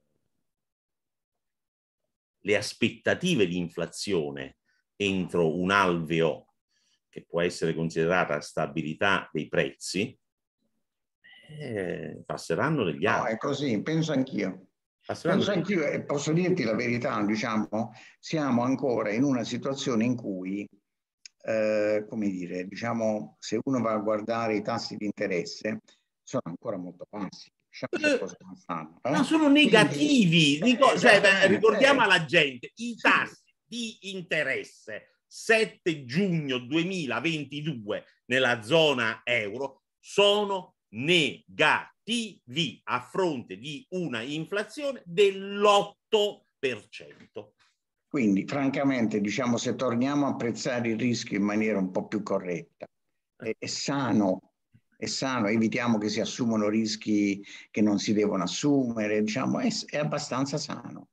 le aspettative di inflazione entro un alveo che può essere considerata stabilità dei prezzi, eh, passeranno degli anni. No, è così, penso anch'io. Penso anch'io e posso dirti la verità, diciamo, siamo ancora in una situazione in cui Eh, come dire, diciamo, se uno va a guardare i tassi di interesse, sono ancora molto bassi. Diciamo cosa fanno, eh? Ma sono negativi. Quindi, Dico, eh, cioè, ricordiamo eh. alla gente, i tassi di interesse sette giugno duemilaventidue nella zona euro sono negativi a fronte di una inflazione dell'otto per cento. Quindi, francamente, diciamo, se torniamo a apprezzare il rischio in maniera un po' più corretta, è, è sano, è sano, evitiamo che si assumano rischi che non si devono assumere, diciamo, è, è abbastanza sano.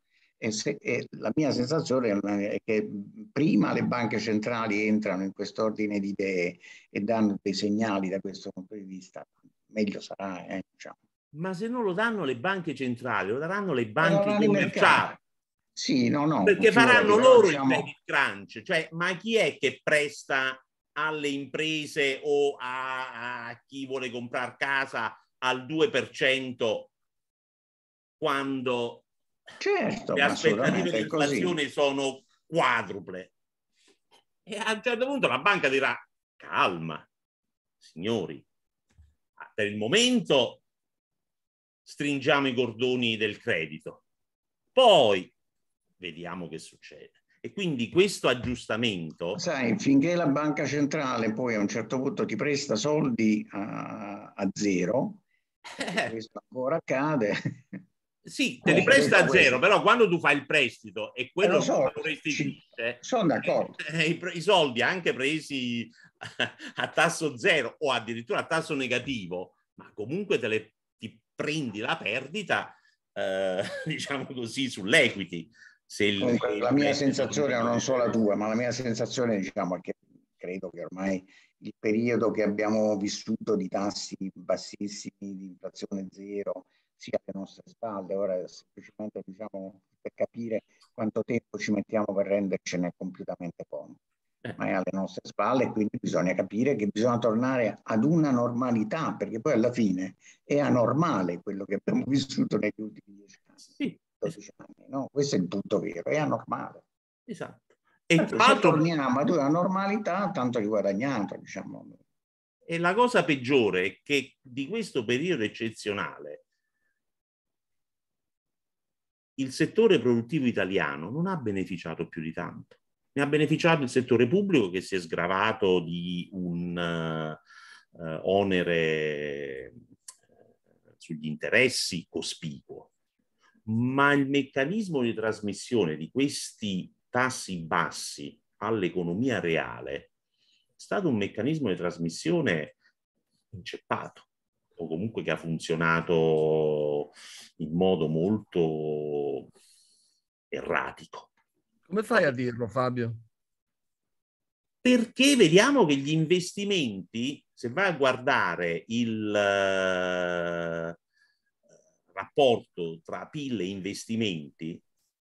E, se, e la mia sensazione è che prima le banche centrali entrano in quest'ordine di idee e danno dei segnali da questo punto di vista, meglio sarà. Eh, diciamo. Ma se non lo danno le banche centrali, lo daranno le banche commerciali. Sì, no, no. Perché faranno loro diciamo... il credit crunch. Cioè, ma chi è che presta alle imprese o a, a chi vuole comprare casa al due per cento quando certo, le aspettative di inflazione sono quadruple? E a un certo punto la banca dirà: calma, signori, per il momento stringiamo i cordoni del credito, poi vediamo che succede. E quindi questo aggiustamento... Sai, finché la banca centrale poi a un certo punto ti presta soldi a, a zero, eh. questo ancora accade... Sì, te li presta a zero, però quando tu fai il prestito e quello eh, so, che lo restituisce, sono d'accordo. Eh, i, i soldi anche presi a tasso zero o addirittura a tasso negativo, ma comunque te le, ti prendi la perdita, eh, diciamo così, sull'equity. Se il, comunque, la mia sensazione, non solo la tua, ma la mia sensazione, diciamo, è che credo che ormai il periodo che abbiamo vissuto di tassi bassissimi, di inflazione zero, sia alle nostre spalle. Ora semplicemente, diciamo, per capire quanto tempo ci mettiamo per rendercene compiutamente conto. Ma è alle nostre spalle, quindi bisogna capire che bisogna tornare ad una normalità, perché poi alla fine è anormale quello che abbiamo vissuto negli ultimi dieci anni, sì, dodici anni, no? Questo è il punto vero, è anormale. Esatto. E se torniamo ad una normalità, tanto di guadagnato, diciamo. E la cosa peggiore è che di questo periodo eccezionale il settore produttivo italiano non ha beneficiato più di tanto. Ne ha beneficiato il settore pubblico, che si è sgravato di un uh, uh, onere sugli interessi cospicuo, ma il meccanismo di trasmissione di questi tassi bassi all'economia reale è stato un meccanismo di trasmissione inceppato, o comunque che ha funzionato in modo molto erratico. Come fai a dirlo, Fabio? Perché vediamo che gli investimenti, se vai a guardare il uh, rapporto tra P I L e investimenti,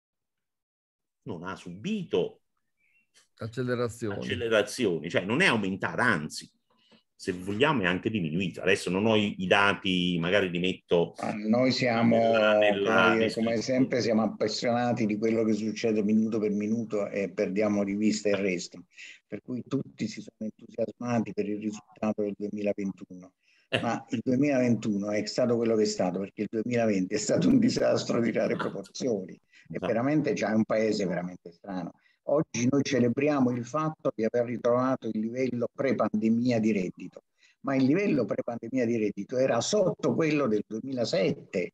non ha subito accelerazioni. accelerazioni, cioè non è aumentata, anzi, se vogliamo è anche diminuita. Adesso non ho i, i dati, magari li metto. Ma noi siamo, nella, nella come, come sempre, siamo appassionati di quello che succede minuto per minuto e perdiamo di vista il resto. Per cui tutti si sono entusiasmati per il risultato del duemilaventuno. Ma il duemilaventuno è stato quello che è stato, perché il duemilaventi è stato un disastro di rare proporzioni. E veramente già è un paese veramente strano. Oggi noi celebriamo il fatto di aver ritrovato il livello pre-pandemia di reddito, ma il livello pre-pandemia di reddito era sotto quello del duemilasette.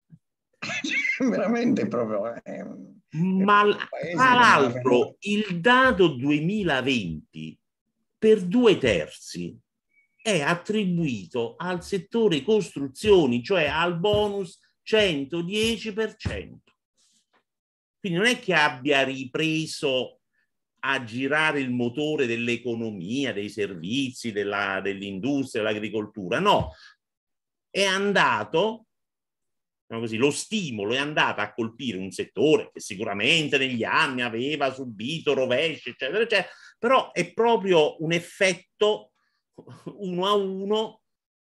Veramente proprio... È un, ma è tra l'altro il dato duemilaventi per due terzi è attribuito al settore costruzioni, cioè al bonus centodieci per cento. Quindi non è che abbia ripreso a girare il motore dell'economia, dei servizi, della, dell'industria, dell'agricoltura. No, è andato, diciamo così, lo stimolo è andato a colpire un settore che sicuramente negli anni aveva subito rovesci, eccetera, eccetera, però è proprio un effetto uno a uno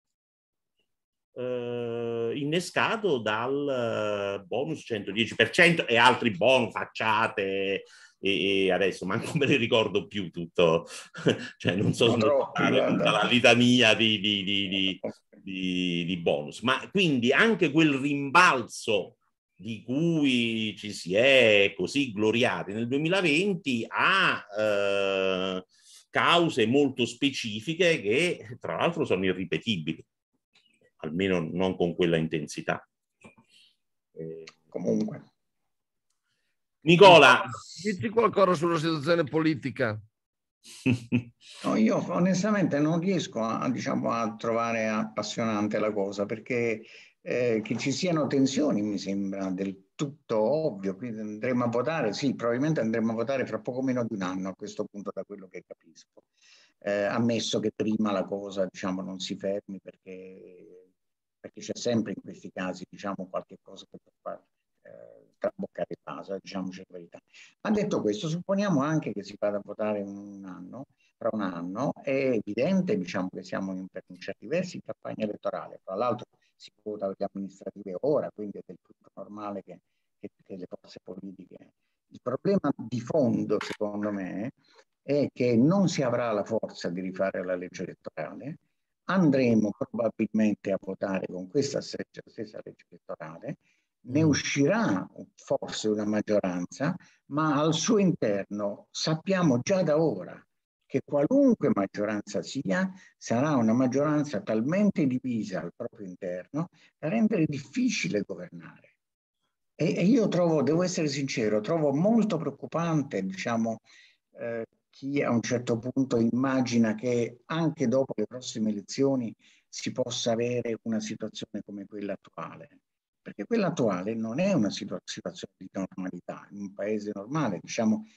Uh, innescato dal uh, bonus centodieci per cento e altri bonus, facciate, e, e adesso manco me ne ricordo più tutto, cioè non so se tutta la litania di, di, di, di, di, di bonus, ma quindi anche quel rimbalzo di cui ci si è così gloriati nel duemilaventi ha uh, cause molto specifiche che tra l'altro sono irripetibili, almeno non con quella intensità. Eh, comunque. Nicola. Dici qualcosa sulla situazione politica? No, io onestamente non riesco a, diciamo, a trovare appassionante la cosa, perché eh, che ci siano tensioni mi sembra del tutto ovvio. Quindi andremo a votare, sì, probabilmente andremo a votare fra poco meno di un anno a questo punto, da quello che capisco. Eh, ammesso che prima la cosa, diciamo, non si fermi, perché, perché c'è sempre in questi casi, diciamo, qualche cosa che può fare eh, traboccare il vaso, diciamoci la verità. Ma detto questo, supponiamo anche che si vada a votare un anno, fra un anno, è evidente, diciamo, che siamo in, per certi versi in campagna elettorale. Tra l'altro si vota le amministrative ora, quindi è del tutto normale che, che, che le forze politiche. Il problema di fondo, secondo me, è che non si avrà la forza di rifare la legge elettorale, andremo probabilmente a votare con questa stessa legge elettorale, ne uscirà forse una maggioranza, ma al suo interno sappiamo già da ora che qualunque maggioranza sia, sarà una maggioranza talmente divisa al proprio interno da rendere difficile governare. E, e io trovo, devo essere sincero, trovo molto preoccupante, diciamo, eh, chi a un certo punto immagina che anche dopo le prossime elezioni si possa avere una situazione come quella attuale. Perché quella attuale non è una situa- situazione di normalità. In un paese normale, diciamo,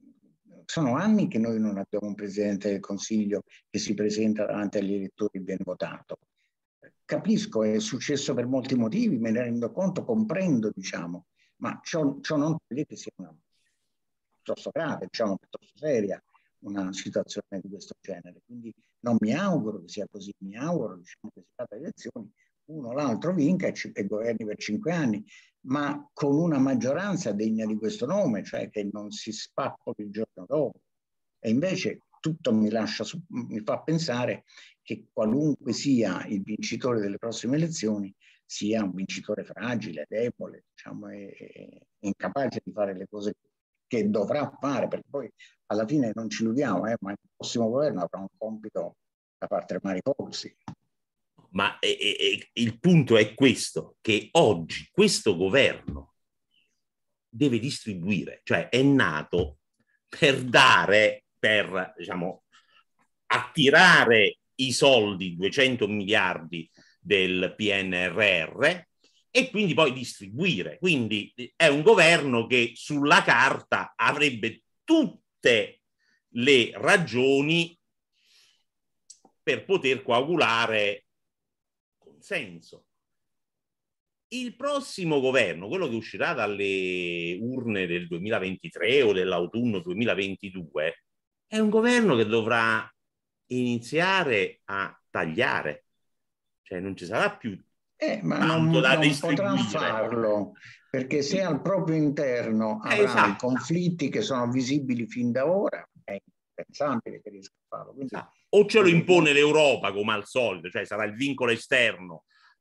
sono anni che noi non abbiamo un Presidente del Consiglio che si presenta davanti agli elettori e viene votato. Capisco, è successo per molti motivi, me ne rendo conto, comprendo, diciamo, ma ciò, ciò non toglie che sia una piuttosto grave, diciamo, piuttosto seria, una situazione di questo genere. Quindi non mi auguro che sia così, mi auguro, diciamo, che si fatta elezioni, uno o l'altro vinca e, ci, e governi per cinque anni, ma con una maggioranza degna di questo nome, cioè che non si spappoli il giorno dopo. E invece tutto mi lascia, mi fa pensare che qualunque sia il vincitore delle prossime elezioni sia un vincitore fragile, debole, diciamo, e, e incapace di fare le cose che dovrà fare, perché poi alla fine non ci illudiamo, eh, ma il prossimo governo avrà un compito da parte di Mari Polsi. Ma e, e, il punto è questo, che oggi questo governo deve distribuire, cioè è nato per dare, per, diciamo, attirare i soldi, duecento miliardi del P N R R, e quindi poi distribuire. Quindi è un governo che sulla carta avrebbe tutte le ragioni per poter coagulare consenso. Il prossimo governo, quello che uscirà dalle urne del duemilaventitré o dell'autunno duemilaventidue, è un governo che dovrà iniziare a tagliare. Cioè non ci sarà più eh, ma tanto non, da non distribuire. Potrà farlo, perché se al proprio interno avrà eh, esatto. conflitti che sono visibili fin da ora, è impensabile che riesca a farlo. Quindi, esatto. O ce lo impone l'Europa come al solito, cioè sarà il vincolo esterno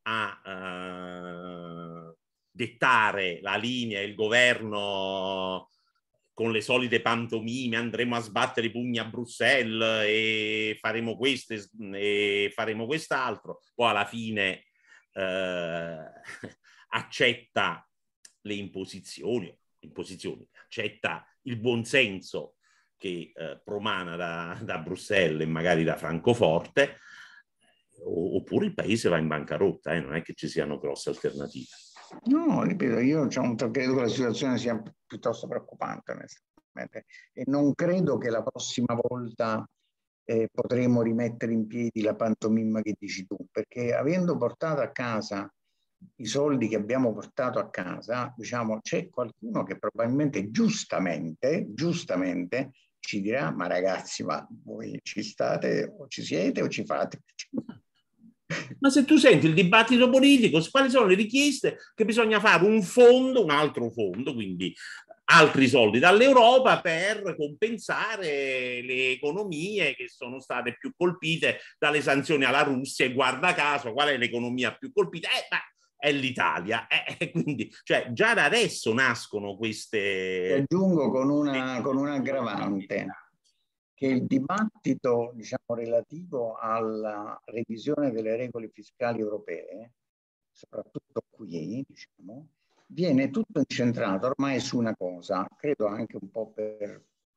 a uh, dettare la linea, il governo con le solite pantomime, andremo a sbattere i pugni a Bruxelles e faremo questo e faremo quest'altro, poi alla fine uh, accetta le imposizioni, imposizioni, accetta il buonsenso che uh, promana da, da Bruxelles e magari da Francoforte, oppure il paese va in bancarotta, eh? Non è che ci siano grosse alternative. No, ripeto, io diciamo, credo che la situazione sia piuttosto preoccupante, onestamente, e non credo che la prossima volta eh, potremo rimettere in piedi la pantomima che dici tu, perché avendo portato a casa i soldi che abbiamo portato a casa, diciamo, c'è qualcuno che probabilmente giustamente, giustamente ci dirà: ma ragazzi, ma voi ci state o ci siete o ci fate? Ma se tu senti il dibattito politico, quali sono le richieste? Che bisogna fare un fondo, un altro fondo, quindi altri soldi dall'Europa per compensare le economie che sono state più colpite dalle sanzioni alla Russia, e guarda caso qual è l'economia più colpita? Eh, ma è l'Italia, eh, quindi cioè, già da adesso nascono queste... Ti aggiungo con una, con un aggravante, che il dibattito, diciamo, relativo alla revisione delle regole fiscali europee, soprattutto qui, diciamo, viene tutto incentrato ormai su una cosa, credo anche un po' per,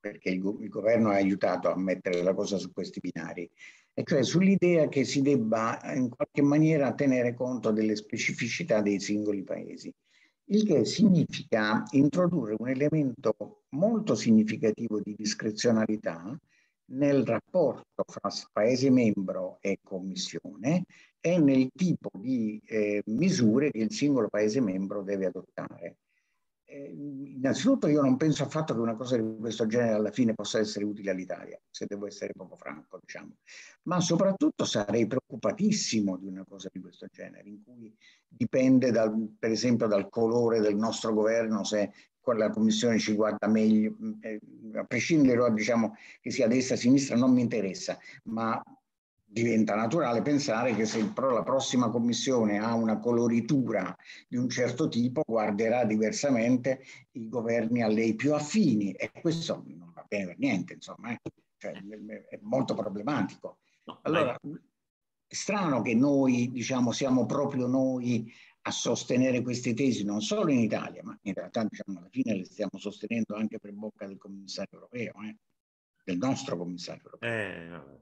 perché il, il governo ha aiutato a mettere la cosa su questi binari, e cioè sull'idea che si debba in qualche maniera tenere conto delle specificità dei singoli paesi, il che significa introdurre un elemento molto significativo di discrezionalità nel rapporto fra Paese membro e Commissione e nel tipo di eh, misure che il singolo Paese membro deve adottare. Eh, innanzitutto io non penso affatto che una cosa di questo genere alla fine possa essere utile all'Italia, se devo essere poco franco, diciamo. Ma soprattutto sarei preoccupatissimo di una cosa di questo genere, in cui dipende dal, per esempio dal colore del nostro governo, se la Commissione ci guarda meglio, eh, a prescindere, diciamo, che sia destra o sinistra, non mi interessa, ma diventa naturale pensare che se però la prossima Commissione ha una coloritura di un certo tipo, guarderà diversamente i governi a lei più affini, e questo non va bene per niente, insomma, eh. Cioè, è molto problematico. Allora, è strano che noi, diciamo, siamo proprio noi a sostenere queste tesi, non solo in Italia, ma in realtà, diciamo, alla fine le stiamo sostenendo anche per bocca del commissario europeo, eh? Del nostro commissario europeo. Eh,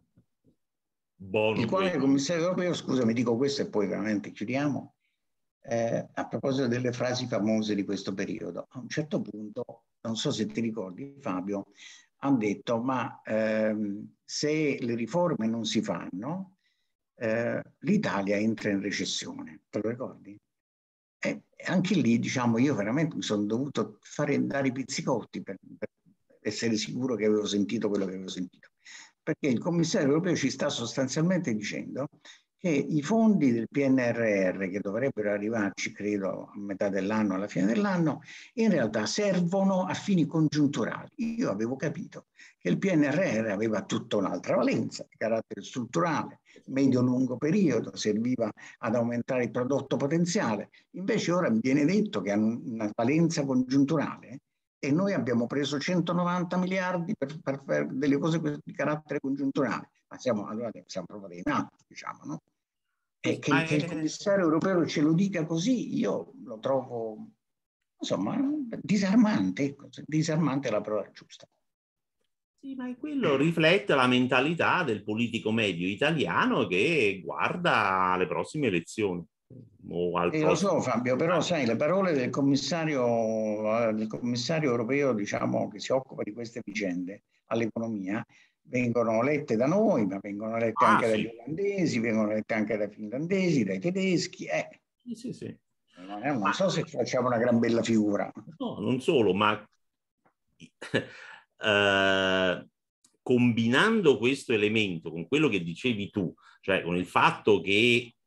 buono il quale quello. commissario europeo, scusami, dico questo e poi veramente chiudiamo, eh, a proposito delle frasi famose di questo periodo, a un certo punto, non so se ti ricordi Fabio, hanno detto, ma ehm, se le riforme non si fanno, eh, l'Italia entra in recessione, te lo ricordi? E anche lì, diciamo, io veramente mi sono dovuto fare dare i pizzicotti per, per essere sicuro che avevo sentito quello che avevo sentito. Perché il commissario europeo ci sta sostanzialmente dicendo che i fondi del P N R R, che dovrebbero arrivarci, credo, a metà dell'anno, alla fine dell'anno, in realtà servono a fini congiunturali. Io avevo capito che il P N R R aveva tutta un'altra valenza, di carattere strutturale, medio-lungo periodo, serviva ad aumentare il prodotto potenziale. Invece ora mi viene detto che hanno una valenza congiunturale e noi abbiamo preso centonovanta miliardi per, per fare delle cose di carattere congiunturale. Ma siamo, allora, siamo proprio dei matti, diciamo, no? E che, che il commissario europeo ce lo dica così, io lo trovo, insomma, disarmante. Disarmante è la parola giusta. Sì, ma quello riflette la mentalità del politico medio italiano che guarda alle prossime elezioni. O al eh, prossimo... Lo so Fabio, però sai, le parole del commissario, del commissario europeo, diciamo, che si occupa di queste vicende all'economia, vengono lette da noi, ma vengono lette ah, anche sì. dagli olandesi, vengono lette anche dai finlandesi, dai tedeschi. Eh. Sì, sì, sì. Non, è, non so se facciamo una gran bella figura. No, non solo, ma eh, combinando questo elemento con quello che dicevi tu, cioè con il fatto che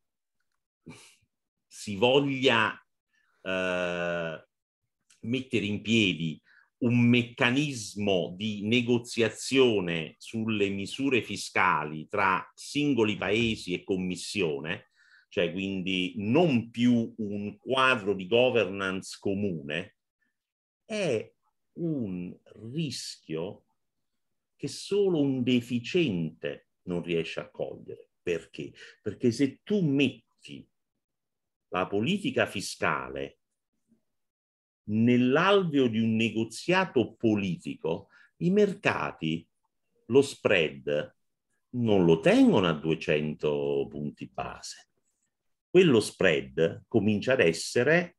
si voglia eh, mettere in piedi un meccanismo di negoziazione sulle misure fiscali tra singoli paesi e Commissione, cioè quindi non più un quadro di governance comune, è un rischio che solo un deficiente non riesce a cogliere. Perché? Perché se tu metti la politica fiscale nell'alveo di un negoziato politico, i mercati, lo spread, non lo tengono a duecento punti base. Quello spread comincia ad essere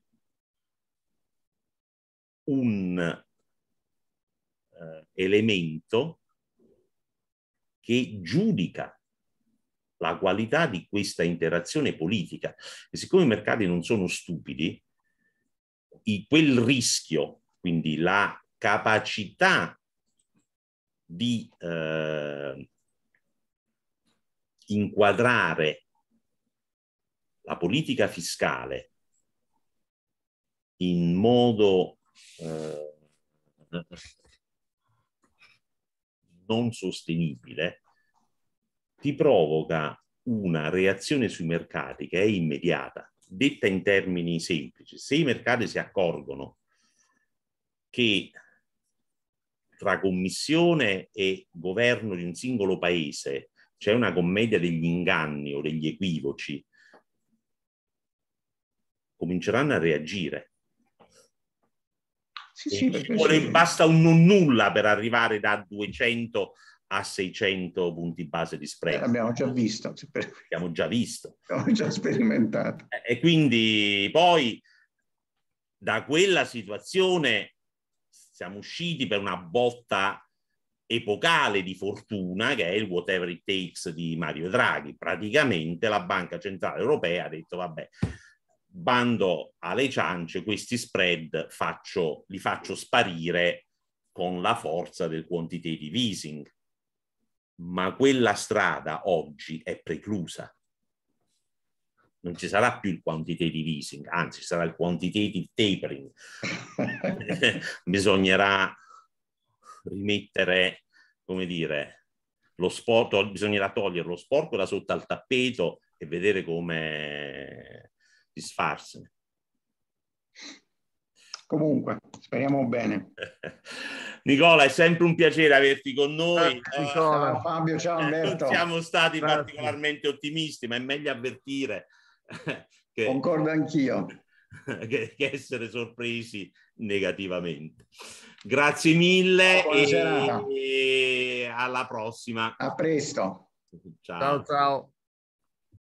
un eh, elemento che giudica la qualità di questa interazione politica. E siccome i mercati non sono stupidi, i, quel rischio, quindi la capacità di eh, inquadrare la politica fiscale in modo eh, non sostenibile, ti provoca una reazione sui mercati che è immediata. Detta in termini semplici, se i mercati si accorgono che tra commissione e governo di un singolo paese c'è una commedia degli inganni o degli equivoci, cominceranno a reagire. Sì, sì, perché vuole, sì. Basta un non nulla per arrivare da duecento a seicento punti base di spread. Eh, l'abbiamo già visto. Abbiamo già visto. Abbiamo già sperimentato. E quindi poi da quella situazione siamo usciti per una botta epocale di fortuna, che è il whatever it takes di Mario Draghi. Praticamente la Banca Centrale Europea ha detto vabbè, bando alle ciance, questi spread faccio, li faccio sparire con la forza del quantitative easing. Ma quella strada oggi è preclusa. Non ci sarà più il quantitative easing, anzi ci sarà il quantitative tapering. Bisognerà rimettere, come dire, lo sport, bisognerà togliere lo sporco da sotto al tappeto e vedere come disfarsene. Comunque, speriamo bene. Nicola, è sempre un piacere averti con noi. Eh, ciao Fabio, ciao Alberto. Non siamo stati Grazie. particolarmente ottimisti, ma è meglio avvertire che, concordo anch'io, che, che essere sorpresi negativamente. Grazie mille Buona serata. e alla prossima. A presto. Ciao ciao. ciao.